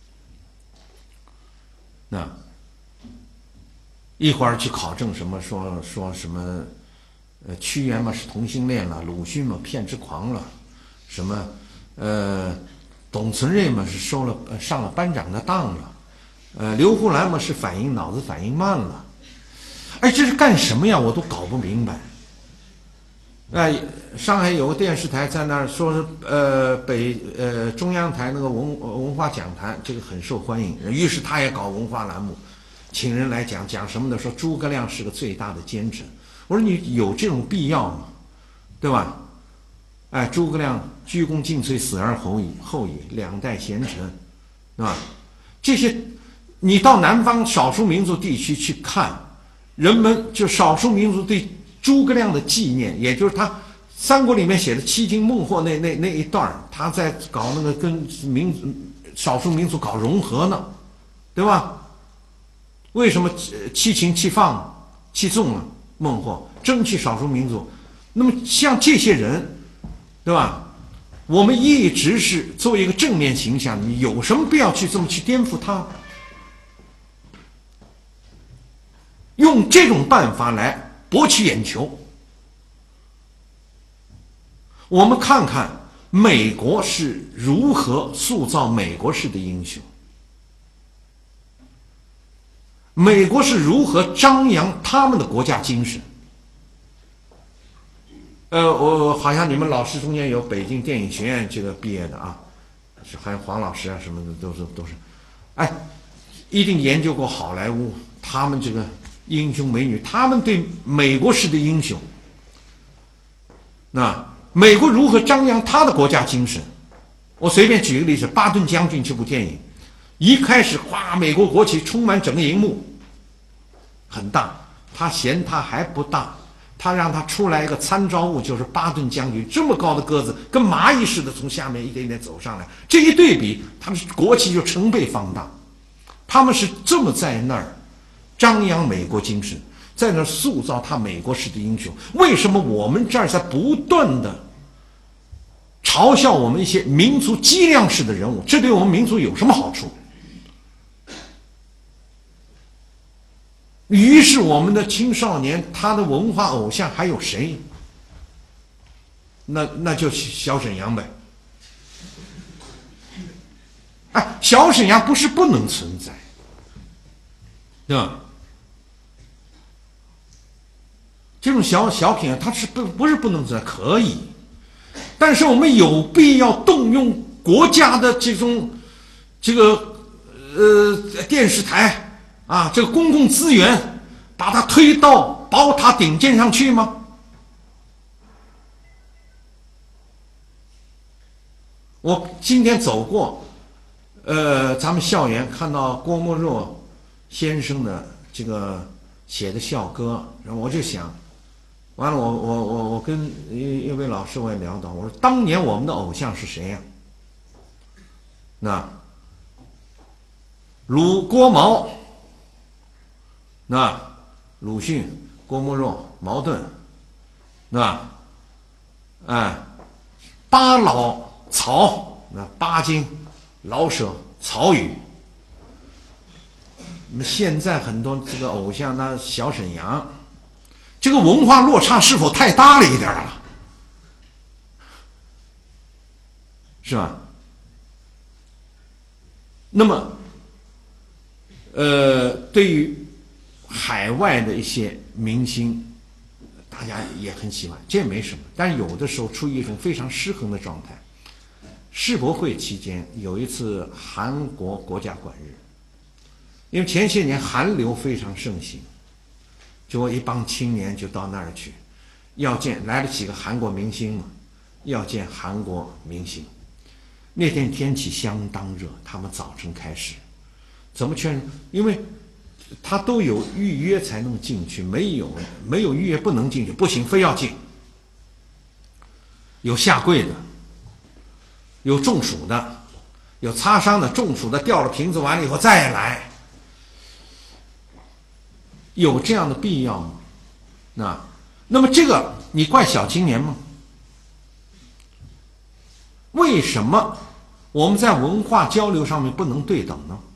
那一会儿去考证什么说说什么，呃，屈原嘛是同性恋了，鲁迅嘛骗之狂了，什么呃。董存瑞嘛是收了呃上了班长的当了，呃刘胡兰嘛是反应脑子反应慢了，哎，这是干什么呀？我都搞不明白。哎、呃，上海有个电视台在那儿说，呃北呃中央台那个文文化讲坛这个很受欢迎，于是他也搞文化栏目，请人来讲讲什么的，说诸葛亮是个最大的奸臣。我说你有这种必要吗？对吧？哎，诸葛亮鞠躬尽瘁，死而后已，后已两代贤臣，是吧？这些，你到南方少数民族地区去看，人们就少数民族对诸葛亮的纪念，也就是他三国里面写的七经孟获那那那一段，他在搞那个跟民少数民族搞融合呢，对吧？为什么七情七放七纵啊？孟获争取少数民族，那么像这些人。对吧？我们一直是作为一个正面形象，你有什么必要去这么去颠覆他？用这种办法来博取眼球。我们看看美国是如何塑造美国式的英雄，美国是如何张扬他们的国家精神。呃，我好像你们老师中间有北京电影学院这个毕业的啊，是还有黄老师啊什么的，都是都是，哎，一定研究过好莱坞，他们这个英雄美女，他们对美国式的英雄，那美国如何张扬他的国家精神？我随便举个例子，《巴顿将军》这部电影，一开始哗，美国国旗充满整个荧幕，很大，他嫌他还不大。他让他出来一个参照物，就是巴顿将军这么高的个子，跟蚂蚁似的从下面一点一点走上来。这一对比，他们国旗就成倍放大。他们是这么在那儿张扬美国精神，在那儿塑造他美国式的英雄。为什么我们这儿在不断的嘲笑我们一些民族脊梁式的人物？这对我们民族有什么好处？于是我们的青少年，他的文化偶像还有谁？那那就小沈阳呗。哎，小沈阳不是不能存在，对吧？这种小小品啊，它是不不是不能存在，可以，但是我们有必要动用国家的这种这个呃电视台。啊，这个公共资源把它推到宝塔顶尖上去吗？我今天走过，呃，咱们校园看到郭沫若先生的这个写的校歌，然后我就想，完了我，我我我我跟一一位老师我也聊到，我说当年我们的偶像是谁呀？那鲁郭毛。那鲁迅、郭沫若、茅盾，那哎，巴老曹，那巴金、老舍、曹禺。那么现在很多这个偶像，那小沈阳，这个文化落差是否太大了一点了？是吧？那么，呃，对于海外的一些明星， 大家也很喜欢，这也没什么。但有的时候处于一种非常失衡的状态。世博会期间有一次韩国国家馆日，因为前些年韩流非常盛行，就一帮青年就到那儿去，要见来了几个韩国明星嘛，要见韩国明星。那天天气相当热，他们早晨开始，怎么劝？因为他都有预约才能进去，没有没有预约不能进去，不行，非要进。有下跪的，有中暑的，有擦伤的，中暑的掉了瓶子完了以后再来，有这样的必要吗？那那么这个你怪小青年吗？为什么我们在文化交流上面不能对等呢？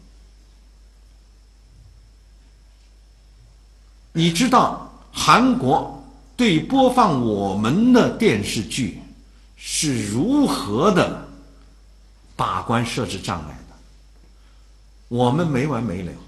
你知道韩国对播放我们的电视剧是如何的把关设置障碍的？我们没完没了。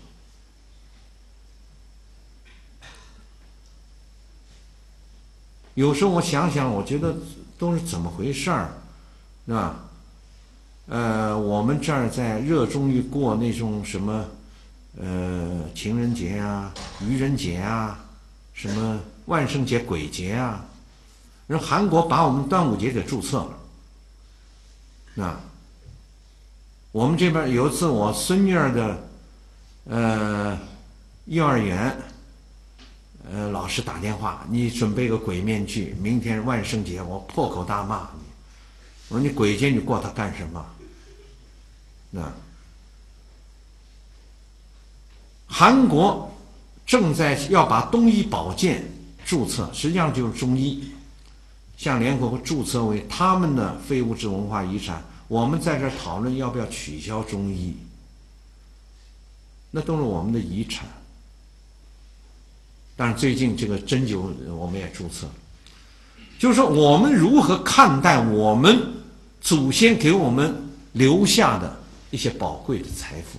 有时候我想想，我觉得都是怎么回事儿，是吧？呃，我们这儿在热衷于过那种什么呃情人节啊、愚人节啊、什么万圣节、鬼节啊，人韩国把我们端午节给注册了。啊，我们这边有一次我孙女儿的呃幼儿园呃老师打电话，你准备个鬼面具，明天万圣节，我破口大骂你。我说你鬼节你过它干什么？啊，韩国正在要把东医保健注册，实际上就是中医，向联合国注册为他们的非物质文化遗产。我们在这讨论要不要取消中医，那都是我们的遗产。但是最近这个针灸我们也注册了，就是说我们如何看待我们祖先给我们留下的一些宝贵的财富。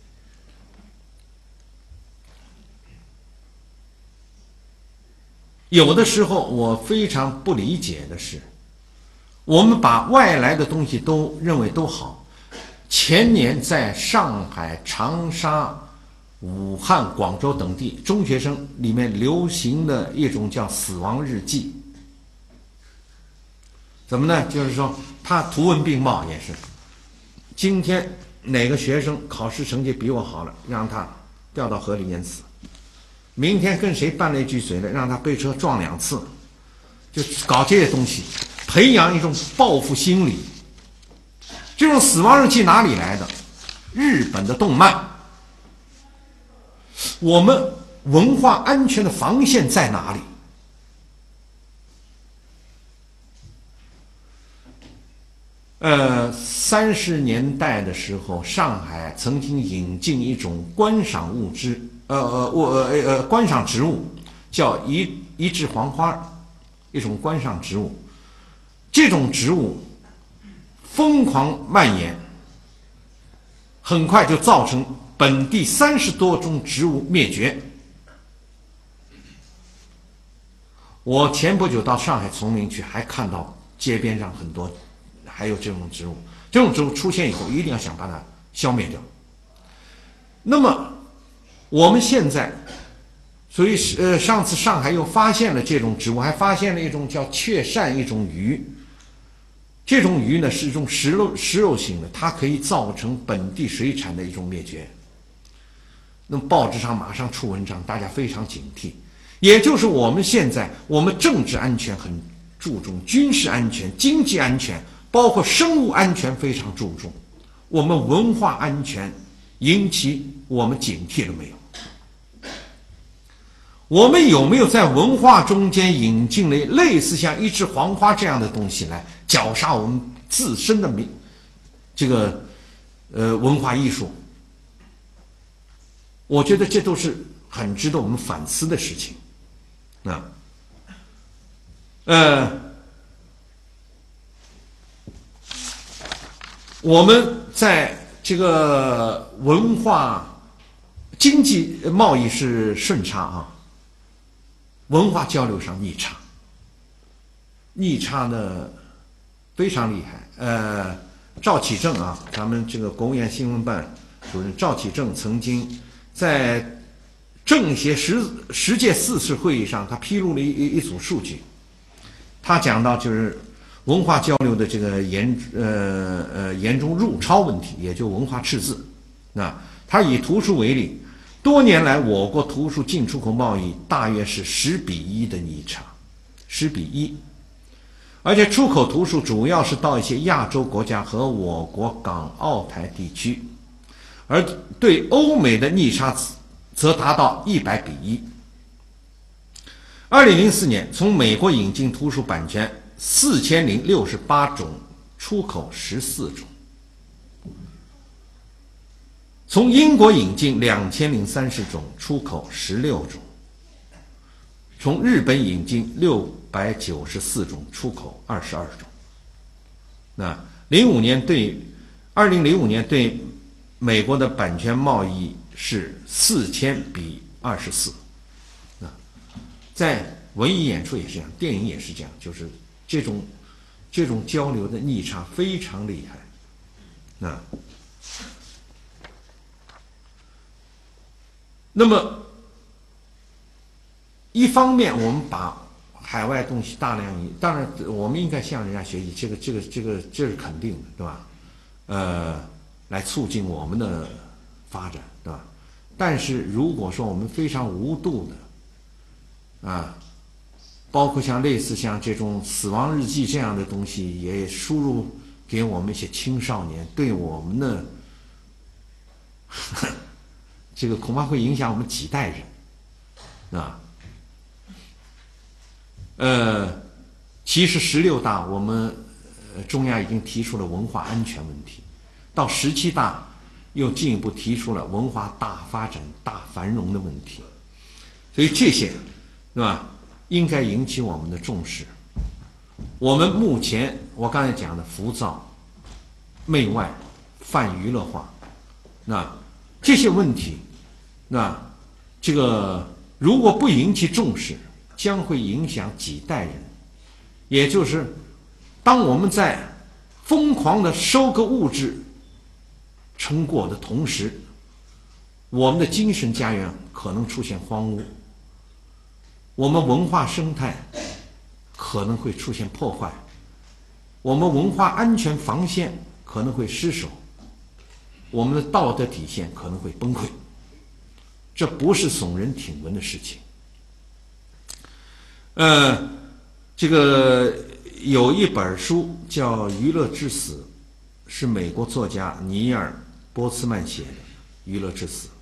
有的时候我非常不理解的是，我们把外来的东西都认为都好。前年在上海、长沙、武汉、广州等地，中学生里面流行的一种叫死亡日记。怎么呢？就是说他图文并茂，也是今天哪个学生考试成绩比我好了，让他掉到河里淹死。明天跟谁拌了一句嘴了，让他被车撞两次，就搞这些东西，培养一种报复心理。这种死亡日记哪里来的？日本的动漫。我们文化安全的防线在哪里？呃，三十年代的时候，上海曾经引进一种观赏物质，呃呃物呃呃观赏植物，叫一一枝黄花，一种观赏植物。这种植物疯狂蔓延，很快就造成本地三十多种植物灭绝。我前不久到上海崇明去，还看到街边上很多还有这种植物。这种植物出现以后，一定要想把它消灭掉。那么我们现在，所以呃，上次上海又发现了这种植物，还发现了一种叫雀鳝一种鱼。这种鱼呢是一种食肉食肉性的，它可以造成本地水产的一种灭绝。那么报纸上马上出文章，大家非常警惕。也就是我们现在，我们政治安全很注重，军事安全、经济安全，包括生物安全非常注重。我们文化安全引起我们警惕了没有？我们有没有在文化中间引进了类似像一枝黄花这样的东西来绞杀我们自身的民这个呃文化艺术？我觉得这都是很值得我们反思的事情啊。呃，我们在这个文化、经济、贸易是顺差啊，文化交流上逆差。 逆差的非常厉害。呃，赵启正啊，咱们这个国务院新闻办主任赵启正曾经在政协十十届四次会议上，他披露了一一组数据。他讲到就是文化交流的这个严呃呃严重入超问题，也就文化赤字。那他以图书为例，多年来我国图书进出口贸易大约是十比一的逆差，十比一。而且出口图书主要是到一些亚洲国家和我国港澳台地区，而对欧美的逆差则达到一百比一。二零零四年，从美国引进图书版权四千零六十八种，出口十四种；从英国引进两千零三十种，出口十六种；从日本引进六百九十四种，出口二十二种。那零五年对，二零零五年对美国的版权贸易是四千比二十四。啊，在文艺演出也是这样，电影也是这样，就是这种这种交流的逆差非常厉害。啊，那么一方面我们把海外东西大量引，当然我们应该向人家学习，这个这个这个这是肯定的，对吧？呃，来促进我们的发展，对吧？但是如果说我们非常无度的啊，包括像类似像这种死亡日记这样的东西也输入给我们一些青少年，对我们的这个恐怕会影响我们几代人啊。呃，其实十六大我们呃中央已经提出了文化安全问题，到十七大又进一步提出了文化大发展、大繁荣的问题，所以这些，对吧？应该引起我们的重视。我们目前我刚才讲的浮躁、媚外、泛娱乐化，那这些问题，那这个如果不引起重视，将会影响几代人。也就是当我们在疯狂的收割物质成果的同时，我们的精神家园可能出现荒芜，我们文化生态可能会出现破坏，我们文化安全防线可能会失守，我们的道德底线可能会崩溃。这不是耸人听闻的事情。呃，这个有一本书叫《娱乐至死》，是美国作家尼尔·波茨曼写的《娱乐至死》。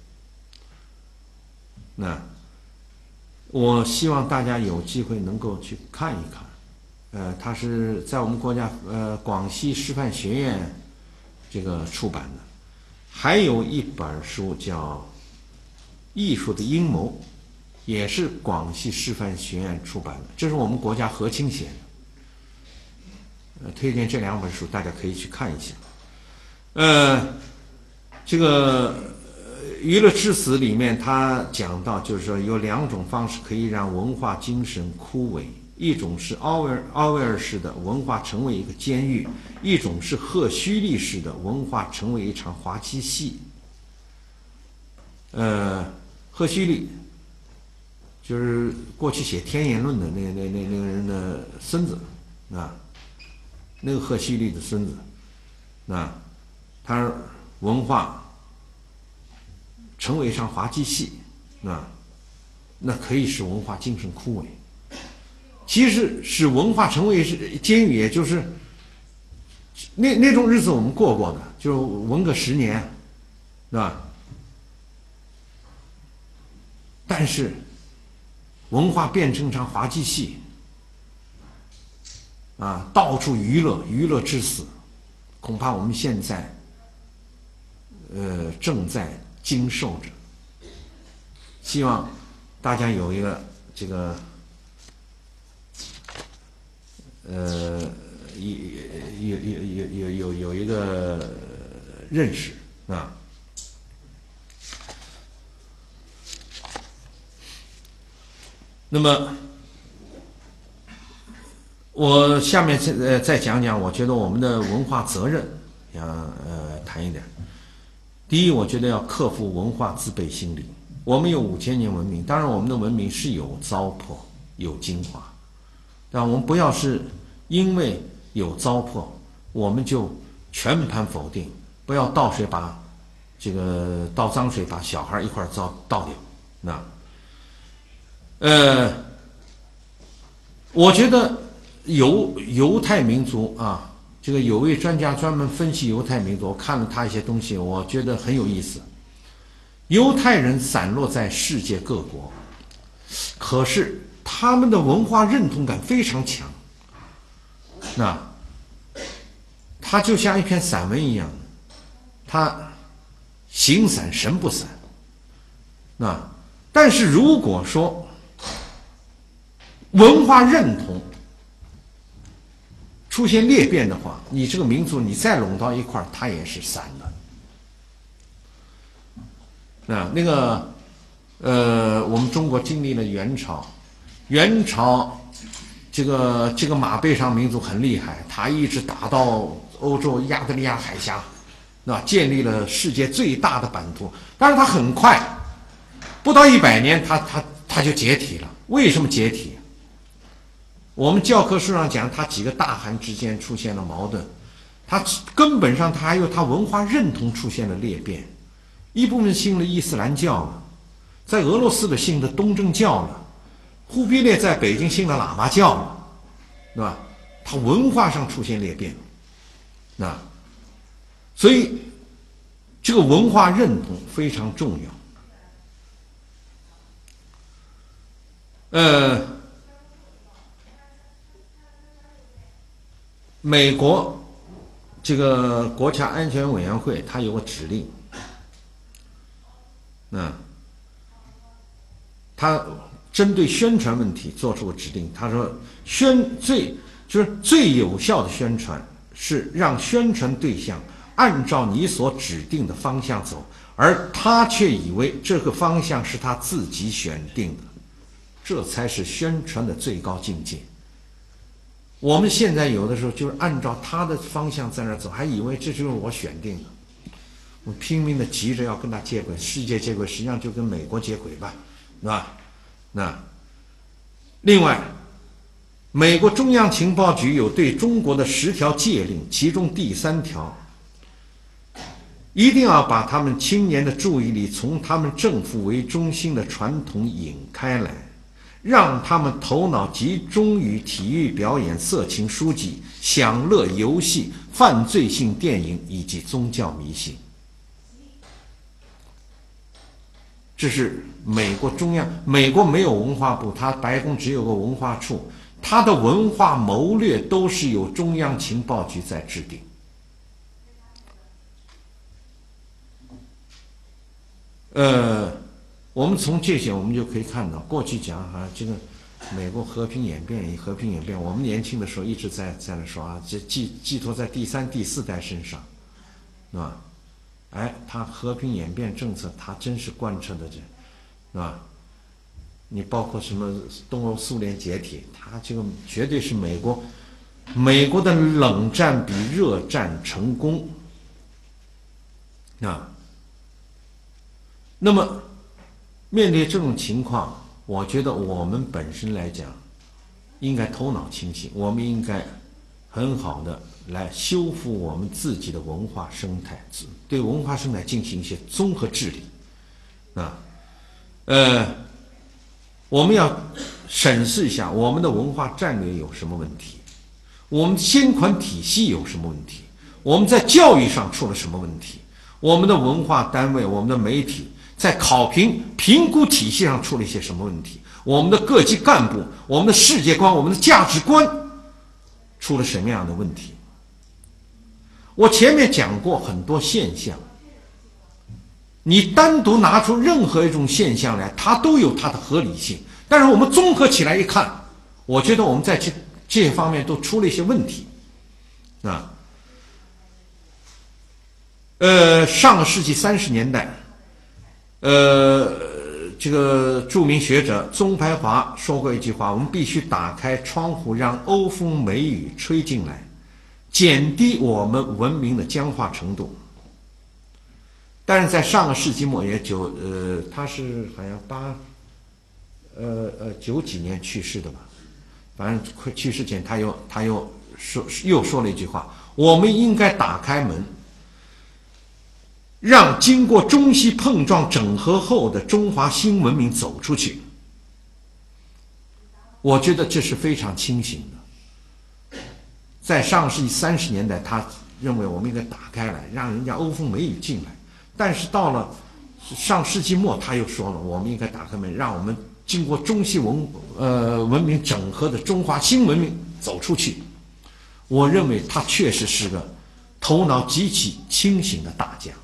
那我希望大家有机会能够去看一看。呃，它是在我们国家呃广西师范学院这个出版的。还有一本书叫《艺术的阴谋》，也是广西师范学院出版的，这是我们国家何清写的。呃，推荐这两本书，大家可以去看一下。呃，这个《娱乐至死》里面，他讲到，就是说有两种方式可以让文化精神枯萎，一种是奥威尔奥威尔式的文化成为一个监狱，一种是赫胥黎式的文化成为一场滑稽戏。呃，赫胥黎就是过去写《天演论》的那那那那个人的孙子啊，那个赫胥黎的孙子啊，他文化成为一场滑稽戏啊，那可以使文化精神枯萎。其实使文化成为是监狱，也就是那那种日子我们过过的，就是文革十年，对吧？但是文化变成场滑稽戏啊，到处娱乐，娱乐至死，恐怕我们现在呃正在经受着。希望大家有一个这个呃有有有有有有一个认识啊。那么我下面再呃再讲讲，我觉得我们的文化责任，想呃谈一点。第一，我觉得要克服文化自卑心理。我们有五千年文明，当然我们的文明是有糟粕、有精华，但我们不要是因为有糟粕，我们就全盘否定，不要倒水把这个倒脏水把小孩一块倒倒掉。那呃，我觉得犹犹太民族啊，这个有位专家专门分析犹太民族，我看了他一些东西，我觉得很有意思。犹太人散落在世界各国，可是他们的文化认同感非常强。那他就像一篇散文一样，他形散神不散。那但是如果说文化认同出现裂变的话，你这个民族你再拢到一块儿，它也是散的。那那个呃，我们中国经历了元朝，元朝这个这个马背上民族很厉害，他一直打到欧洲亚得里亚海峡，那建立了世界最大的版图。但是他很快，不到一百年，他他他就解体了。为什么解体？我们教科书上讲，他几个大汗之间出现了矛盾，他根本上他还有他文化认同出现了裂变。一部分信了伊斯兰教了，在俄罗斯的信的东正教了，忽必烈在北京信了喇嘛教了，对吧？他文化上出现裂变，那所以这个文化认同非常重要。呃，美国这个国家安全委员会它有个指令。嗯，他针对宣传问题做出个指令，他说宣最就是最有效的宣传是让宣传对象按照你所指定的方向走，而他却以为这个方向是他自己选定的，这才是宣传的最高境界。我们现在有的时候就是按照他的方向在那走，还以为这就是我选定的。我们拼命的急着要跟他接轨，世界接轨，实际上就跟美国接轨吧，是吧？那另外，美国中央情报局有对中国的十条戒令，其中第三条，一定要把他们青年的注意力从他们政府为中心的传统引开来，让他们头脑集中于体育表演、色情书籍、享乐游戏、犯罪性电影以及宗教迷信。这是美国中央，美国没有文化部，它白宫只有个文化处，它的文化谋略都是由中央情报局在制定。呃，我们从这些我们就可以看到，过去讲啊，这个美国和平演变，和平演变，我们年轻的时候一直在在那说啊，这寄寄托在第三、第四代身上，是吧？哎，它和平演变政策，它真是贯彻的这，是吧？你包括什么东欧苏联解体，它这个绝对是美国，美国的冷战比热战成功啊。那么，面对这种情况，我觉得我们本身来讲，应该头脑清醒，我们应该很好的来修复我们自己的文化生态，对文化生态进行一些综合治理啊。呃，我们要审视一下我们的文化战略有什么问题，我们监管体系有什么问题，我们在教育上出了什么问题，我们的文化单位、我们的媒体在考评评估体系上出了一些什么问题，我们的各级干部、我们的世界观、我们的价值观出了什么样的问题。我前面讲过很多现象，你单独拿出任何一种现象来，它都有它的合理性，但是我们综合起来一看，我觉得我们在这这些方面都出了一些问题啊。呃，上个世纪三十年代，呃， 这个著名学者宗排华说过一句话：我们必须打开窗户，让欧风美雨吹进来，减低我们文明的僵化程度。但是在上个世纪末，也九呃，他是好像八呃呃九几年去世的吧，反正快去世前他又他又说又说了一句话：我们应该打开门，让经过中西碰撞整合后的中华新文明走出去。我觉得这是非常清醒的。在上世纪三十年代，他认为我们应该打开来，让人家欧风美雨进来。但是到了上世纪末，他又说了，我们应该打开门，让我们经过中西文呃文明整合的中华新文明走出去。我认为他确实是个头脑极其清醒的大家。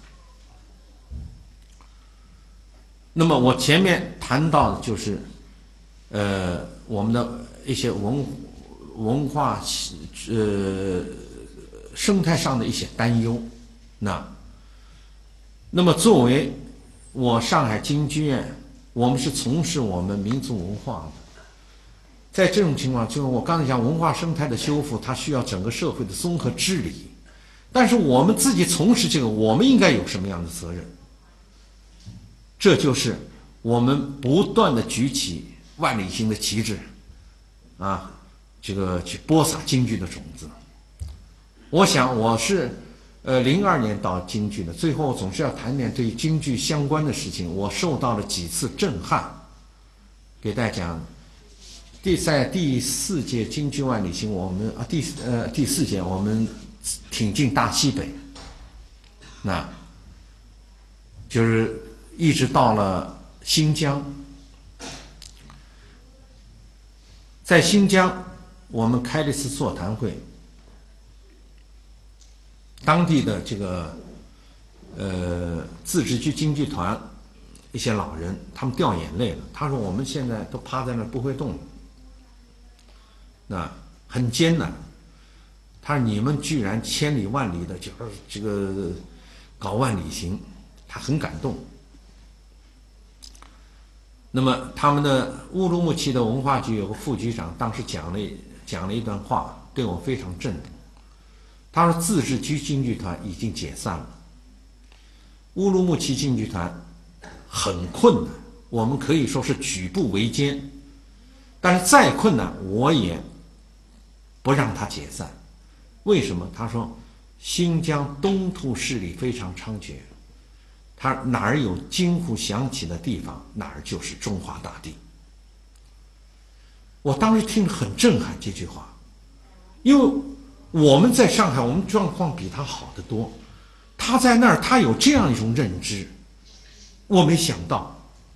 那么我前面谈到的就是，呃，我们的一些文文化呃生态上的一些担忧。那那么作为我上海京剧院，我们是从事我们民族文化的，在这种情况，就是我刚才讲文化生态的修复，它需要整个社会的综合治理。但是我们自己从事这个，我们应该有什么样的责任？这就是我们不断的举起万里行的旗帜，啊，这个去播撒京剧的种子。我想我是呃零二年到京剧的，最后总是要谈点对京剧相关的事情。我受到了几次震撼，给大家讲。第在第四届京剧万里行，我们啊第呃第四届我们挺进大西北，那就是一直到了新疆。在新疆，我们开了一次座谈会，当地的这个呃自治区京剧团一些老人，他们掉眼泪了。他说：“我们现在都趴在那儿不会动了。”那很艰难。他说：“你们居然千里万里的，就是这个搞万里行。”他很感动。那么他们的乌鲁木齐的文化局有个副局长，当时讲了讲了一段话，对我非常震动。他说：“自治区京剧团已经解散了，乌鲁木齐京剧团很困难，我们可以说是举步维艰。但是再困难，我也不让它解散。为什么？他说，新疆东突势力非常猖獗，他哪儿有京胡响起的地方，哪儿就是中华大地。”我当时听着很震撼这句话，因为我们在上海，我们状况比他好得多。他在那儿，他有这样一种认知，我没想到。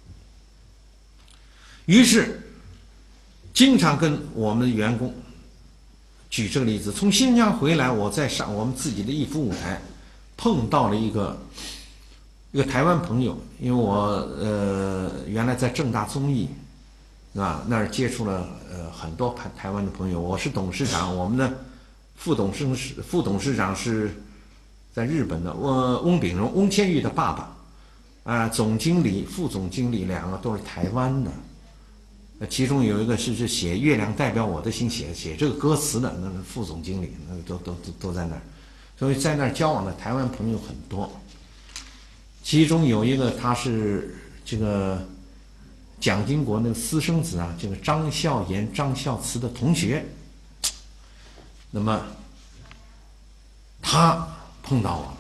于是，经常跟我们的员工举这个例子。从新疆回来，我在上我们自己的一幅舞台，碰到了一个一个台湾朋友，因为我呃原来在正大综艺，啊那儿接触了呃很多台台湾的朋友。我是董事长，我们的副董事副董事长是在日本的翁翁炳荣，翁千玉的爸爸，啊、呃、总经理、副总经理两个都是台湾的。其中有一个是是写《月亮代表我的心》，写写这个歌词的，那个副总经理，那个都都都都在那儿，所以在那儿交往的台湾朋友很多。其中有一个他是这个蒋经国那个私生子啊，这个张孝言、张孝慈的同学。那么他碰到我了。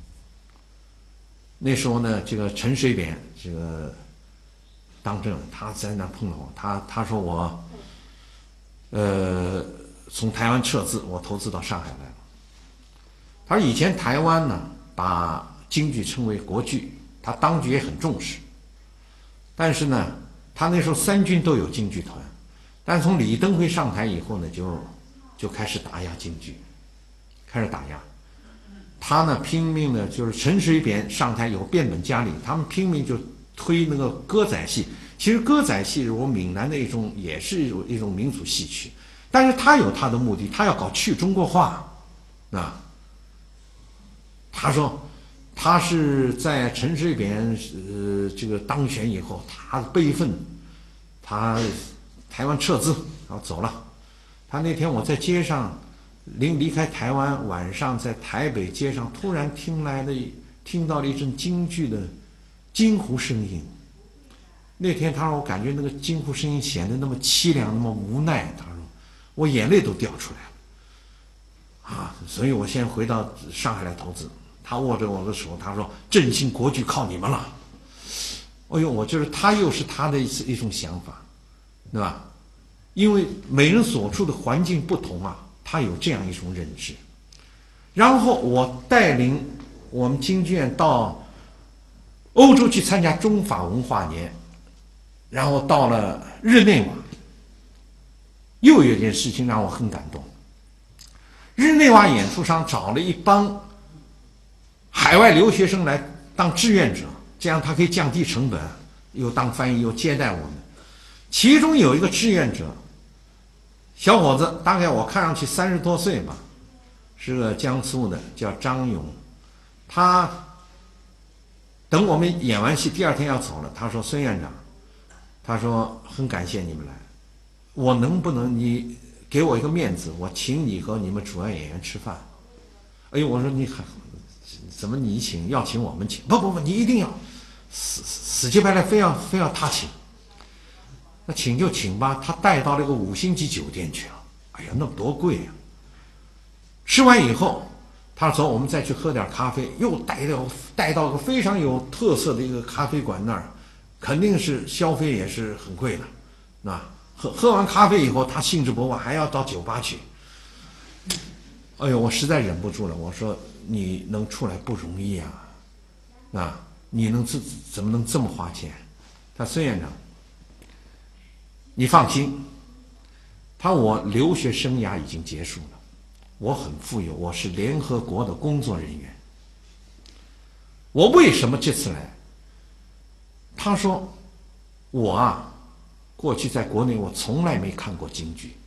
那时候呢，这个陈水扁这个当政，他在那碰到我，他他说我，呃，从台湾撤资，我投资到上海来了。他说以前台湾呢，把京剧称为国剧，他当局也很重视。但是呢，他那时候三军都有京剧团，但是从李登辉上台以后呢，就就开始打压京剧，开始打压。他呢拼命的，就是陈水扁上台有变本加厉，他们拼命就推那个歌仔戏。其实歌仔戏是我闽南的一种，也是一种一种民族戏曲，但是他有他的目的，他要搞去中国化，啊。他说，他他是在陈水扁呃这个当选以后，他悲愤，他台湾撤资，然后走了。他那天我在街上临离开台湾，晚上在台北街上突然听来了听到了一阵京剧的惊呼声音。那天他说我感觉那个惊呼声音显得那么凄凉，那么无奈，他说我眼泪都掉出来了啊！所以我先回到上海来投资。他握着我的手，他说振兴国剧靠你们了。哎呦，我就是他又是他的一一种想法，对吧？因为每人所处的环境不同啊，他有这样一种认知。然后我带领我们京剧院到欧洲去参加中法文化年，然后到了日内瓦，又有一件事情让我很感动。日内瓦演出商找了一帮海外留学生来当志愿者，这样他可以降低成本，又当翻译又接待我们。其中有一个志愿者，小伙子，大概我看上去三十多岁吧，是个江苏的，叫张勇。他等我们演完戏第二天要走了，他说孙院长，他说很感谢你们来，我能不能你给我一个面子，我请你和你们主要演员吃饭。哎呦，我说你很怎么你请要请我们请？不不不，你一定要死死乞白赖，非要非要他请。那请就请吧，他带到了一个五星级酒店去了。哎呀，那多贵呀！吃完以后，他说走，我们再去喝点咖啡，又带到带到个非常有特色的一个咖啡馆那儿，肯定是消费也是很贵的，那喝喝完咖啡以后，他兴致勃勃还要到酒吧去。哎呦，我实在忍不住了，我说你能出来不容易啊，啊，你能怎怎么能这么花钱？他孙院长，你放心，他我留学生涯已经结束了，我很富有，我是联合国的工作人员。我为什么这次来？他说，我啊，过去在国内我从来没看过京剧。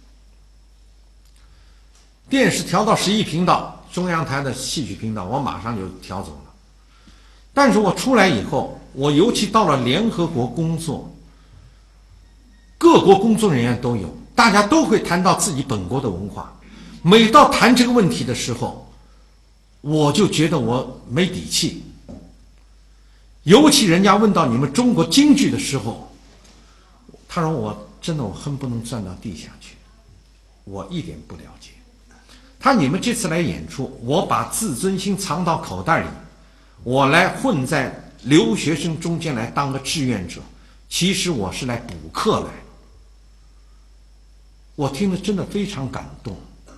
电视调到十一频道，中央台的戏曲频道，我马上就调走了。但是我出来以后，我尤其到了联合国工作，各国工作人员都有，大家都会谈到自己本国的文化。每到谈这个问题的时候，我就觉得我没底气。尤其人家问到你们中国京剧的时候，他说我真的我恨不能钻到地下去，我一点不了解。他你们这次来演出，我把自尊心藏到口袋里，我来混在留学生中间来当个志愿者，其实我是来补课来。我听了真的非常感动。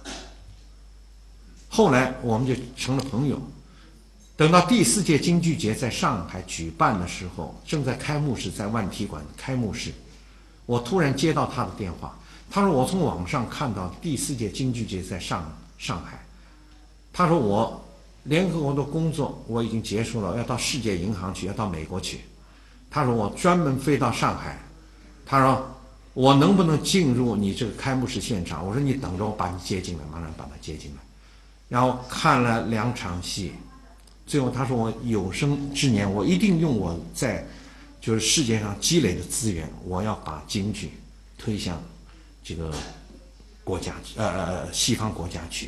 后来我们就成了朋友。等到第四届京剧节在上海举办的时候，正在开幕式，在万体馆开幕式，我突然接到他的电话，他说我从网上看到第四届京剧节在上上海，他说我联合国的工作我已经结束了，要到世界银行去，要到美国去。他说我专门飞到上海，他说我能不能进入你这个开幕式现场？我说你等着，我把你接进来，马上把他接进来。然后看了两场戏，最后他说我有生之年我一定用我在就是世界上积累的资源，我要把京剧推向这个国家呃呃西方国家去。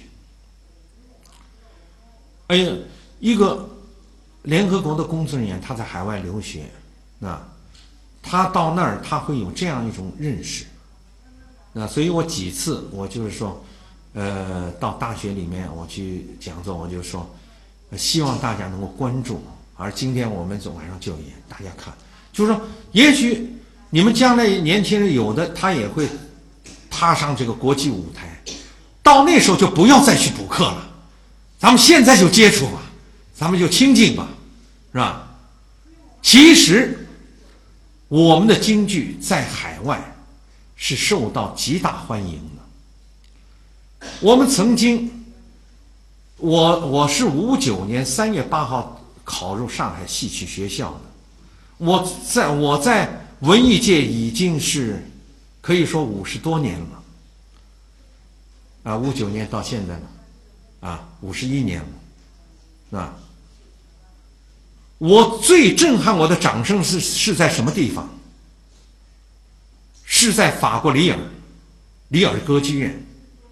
哎呀，一个联合国的工作人员，他在海外留学，那他到那儿他会有这样一种认识。那所以我几次我就是说呃到大学里面我去讲座，我就说希望大家能够关注。而今天我们晚上就演，大家看，就是说也许你们将来年轻人有的他也会踏上这个国际舞台，到那时候就不要再去补课了，咱们现在就接触吧，咱们就亲近吧，是吧？其实我们的京剧在海外是受到极大欢迎的。我们曾经我我是五九年三月八号考入上海戏曲学校的，我在我在文艺界已经是可以说五十多年了，啊，五九年到现在了，啊，五十一年了，啊， 我最震撼我的掌声是是在什么地方？是在法国里尔，里尔歌剧院。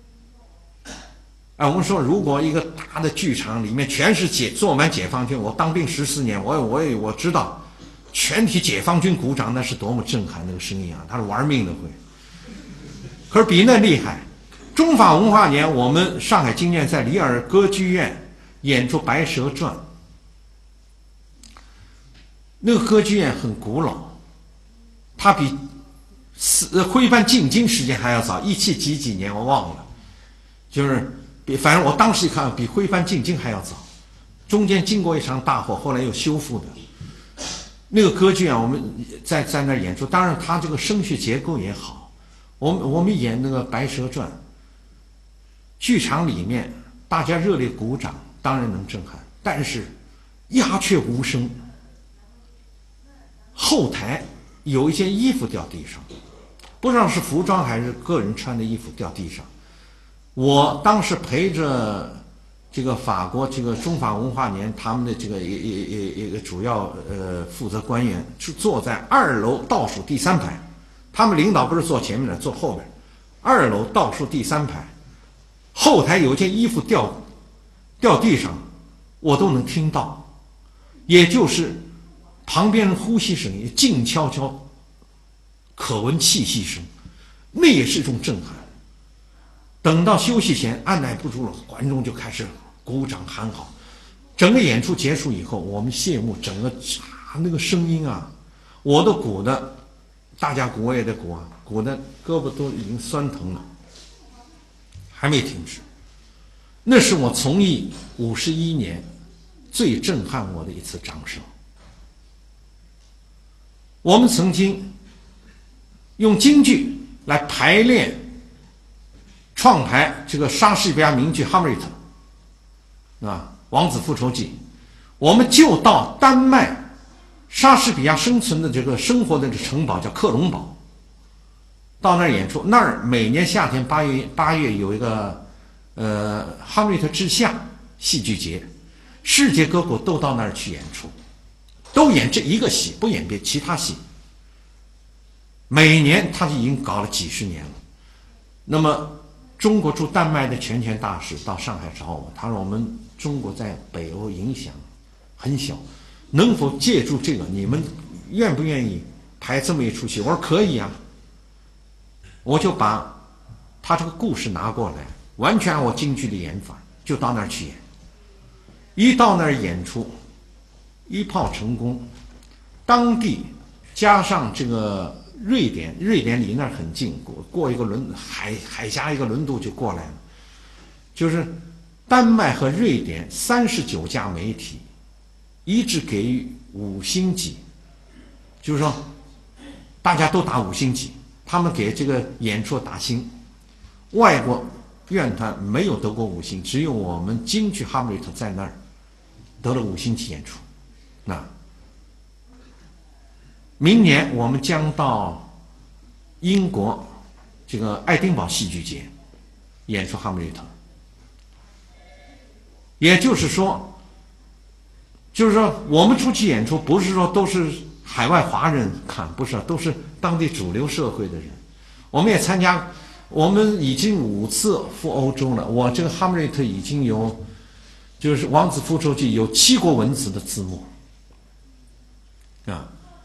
啊，我们说，如果一个大的剧场里面全是解坐满解放军，我当兵十四年，我我也我知道，全体解放军鼓掌那是多么震撼那个声音啊！他是玩命的会。可是比那厉害，中法文化年，我们上海京剧院在里尔歌剧院演出《白蛇传》。那个歌剧院很古老，它比四徽班进京时间还要早，一七几几年我忘了，就是比反正我当时一看比徽班进京还要早，中间经过一场大火，后来又修复的。那个歌剧院我们在在那儿演出，当然它这个声学结构也好，我们我们演那个《白蛇传》，剧场里面大家热烈鼓掌，当然能震撼，但是鸦雀无声。后台有一件衣服掉地上，不知道是服装还是个人穿的衣服掉地上。我当时陪着这个法国这个中法文化年他们的这个一一一一个主要呃负责官员，是坐在二楼倒数第三排，他们领导不是坐前面的，坐后边，二楼倒数第三排，后台有件衣服掉掉地上，我都能听到，也就是旁边人呼吸声也静悄悄，可闻气息声，那也是一种震撼。等到休息前按耐不住了，观众就开始鼓掌喊好。整个演出结束以后，我们谢幕，整个啊那个声音啊，我的鼓的，大家鼓我也得鼓啊，鼓的胳膊都已经酸疼了，还没停止。那是我从艺五十一年最震撼我的一次掌声。我们曾经用京剧来排练创排这个莎士比亚名剧《哈姆雷特》啊，《王子复仇记》，我们就到丹麦莎士比亚生存的这个生活的这个城堡叫克隆堡，到那儿演出。那儿每年夏天八月八月有一个呃哈姆雷特之夏戏剧节，世界各国都到那儿去演出，都演这一个戏，不演别其他戏。每年他就已经搞了几十年了。那么中国驻丹麦的全权大使到上海找我，他说我们中国在北欧影响很小，能否借助这个，你们愿不愿意排这么一出戏？我说可以啊。我就把他这个故事拿过来，完全按我京剧的演法，就到那儿去演。一到那儿演出，一炮成功，当地加上这个瑞典，瑞典离那儿很近，过过一个轮海海峡一个轮渡就过来了。就是丹麦和瑞典三十九家媒体一致给予五星级，就是说大家都打五星级，他们给这个演出打星。外国院团没有得过五星，只有我们京剧哈姆雷特在那儿得了五星级演出。那明年我们将到英国这个爱丁堡戏剧节演出《哈姆雷特》，也就是说，就是说我们出去演出不是说都是海外华人看，不是，都是当地主流社会的人。我们也参加，我们已经五次赴欧洲了。我这个《哈姆雷特》已经有，就是《王子复仇记》有七国文字的字幕啊。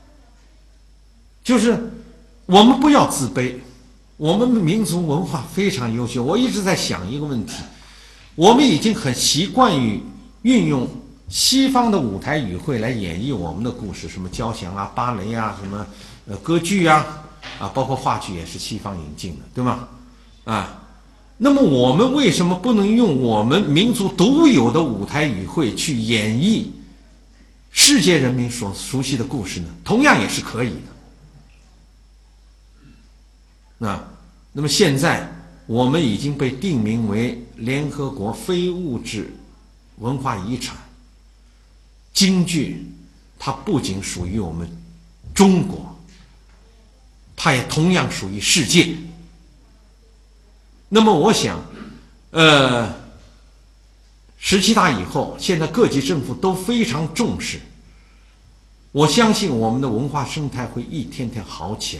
就是我们不要自卑，我们的民族文化非常优秀。我一直在想一个问题，我们已经很习惯于运用西方的舞台语汇来演绎我们的故事，什么交响啊、芭蕾啊、什么呃歌剧啊，啊，包括话剧也是西方引进的，对吗？啊，那么我们为什么不能用我们民族独有的舞台语汇去演绎世界人民所熟悉的故事呢？同样也是可以的。那那么现在我们已经被定名为联合国非物质文化遗产，京剧它不仅属于我们中国，它也同样属于世界。那么我想呃十七大以后，现在各级政府都非常重视我相信我们的文化生态会一天天好起来。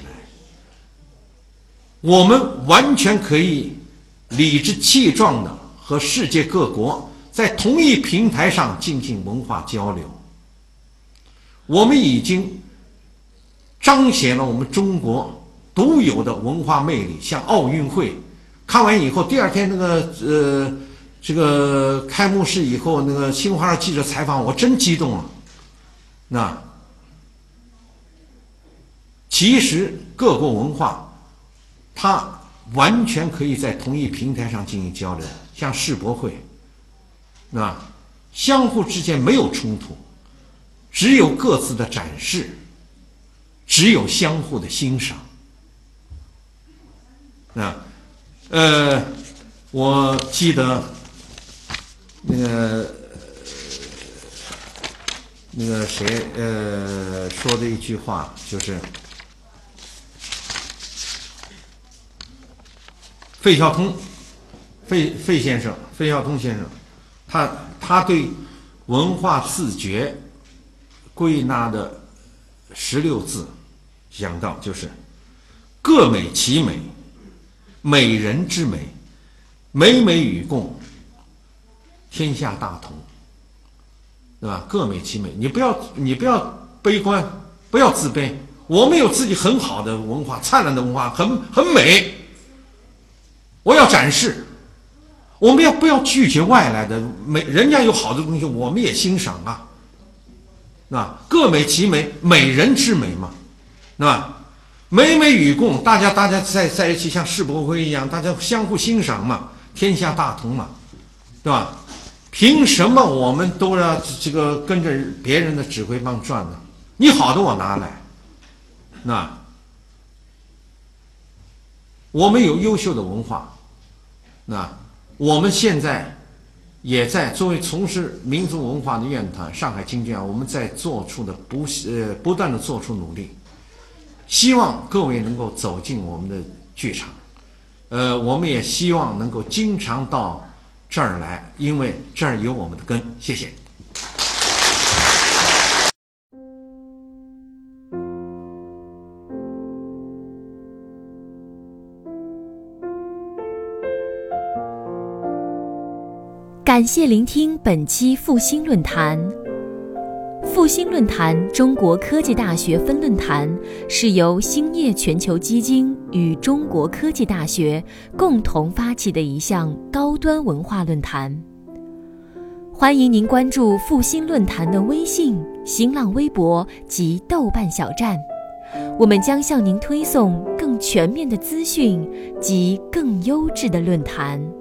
我们完全可以理直气壮的和世界各国在同一平台上进行文化交流。我们已经彰显了我们中国独有的文化魅力，像奥运会看完以后，第二天那个呃这个开幕式以后，那个新华社记者采访我，真激动了。那其实各国文化它完全可以在同一平台上进行交流，像世博会，那相互之间没有冲突，只有各自的展示，只有相互的欣赏。啊，呃，我记得那个那个谁呃说的一句话，就是费孝通，费费先生，费孝通先生，他他对文化自觉归纳的十六字，讲到就是各美其美，美人之美，美美与共，天下大同，对吧？各美其美，你不要你不要悲观，不要自卑，我们有自己很好的文化，灿烂的文化，很很美，我要展示。我们要不要拒绝外来的美？人家有好的东西，我们也欣赏啊，那各美其美，美人之美嘛，对吧？美美与共，大家大家在在一起，像世博会一样，大家相互欣赏嘛，天下大同嘛，对吧？凭什么我们都要这个跟着别人的指挥棒转呢？你好的我拿来，那我们有优秀的文化，那我们现在也在作为从事民族文化的院团上海京剧院，我们在做出的不呃不断的做出努力。希望各位能够走进我们的剧场，呃，我们也希望能够经常到这儿来，因为这儿有我们的根。谢谢。 感谢聆听本期复兴论坛。复兴论坛中国科技大学分论坛是由兴业全球基金与中国科技大学共同发起的一项高端文化论坛。欢迎您关注复兴论坛的微信、新浪微博及豆瓣小站，我们将向您推送更全面的资讯及更优质的论坛。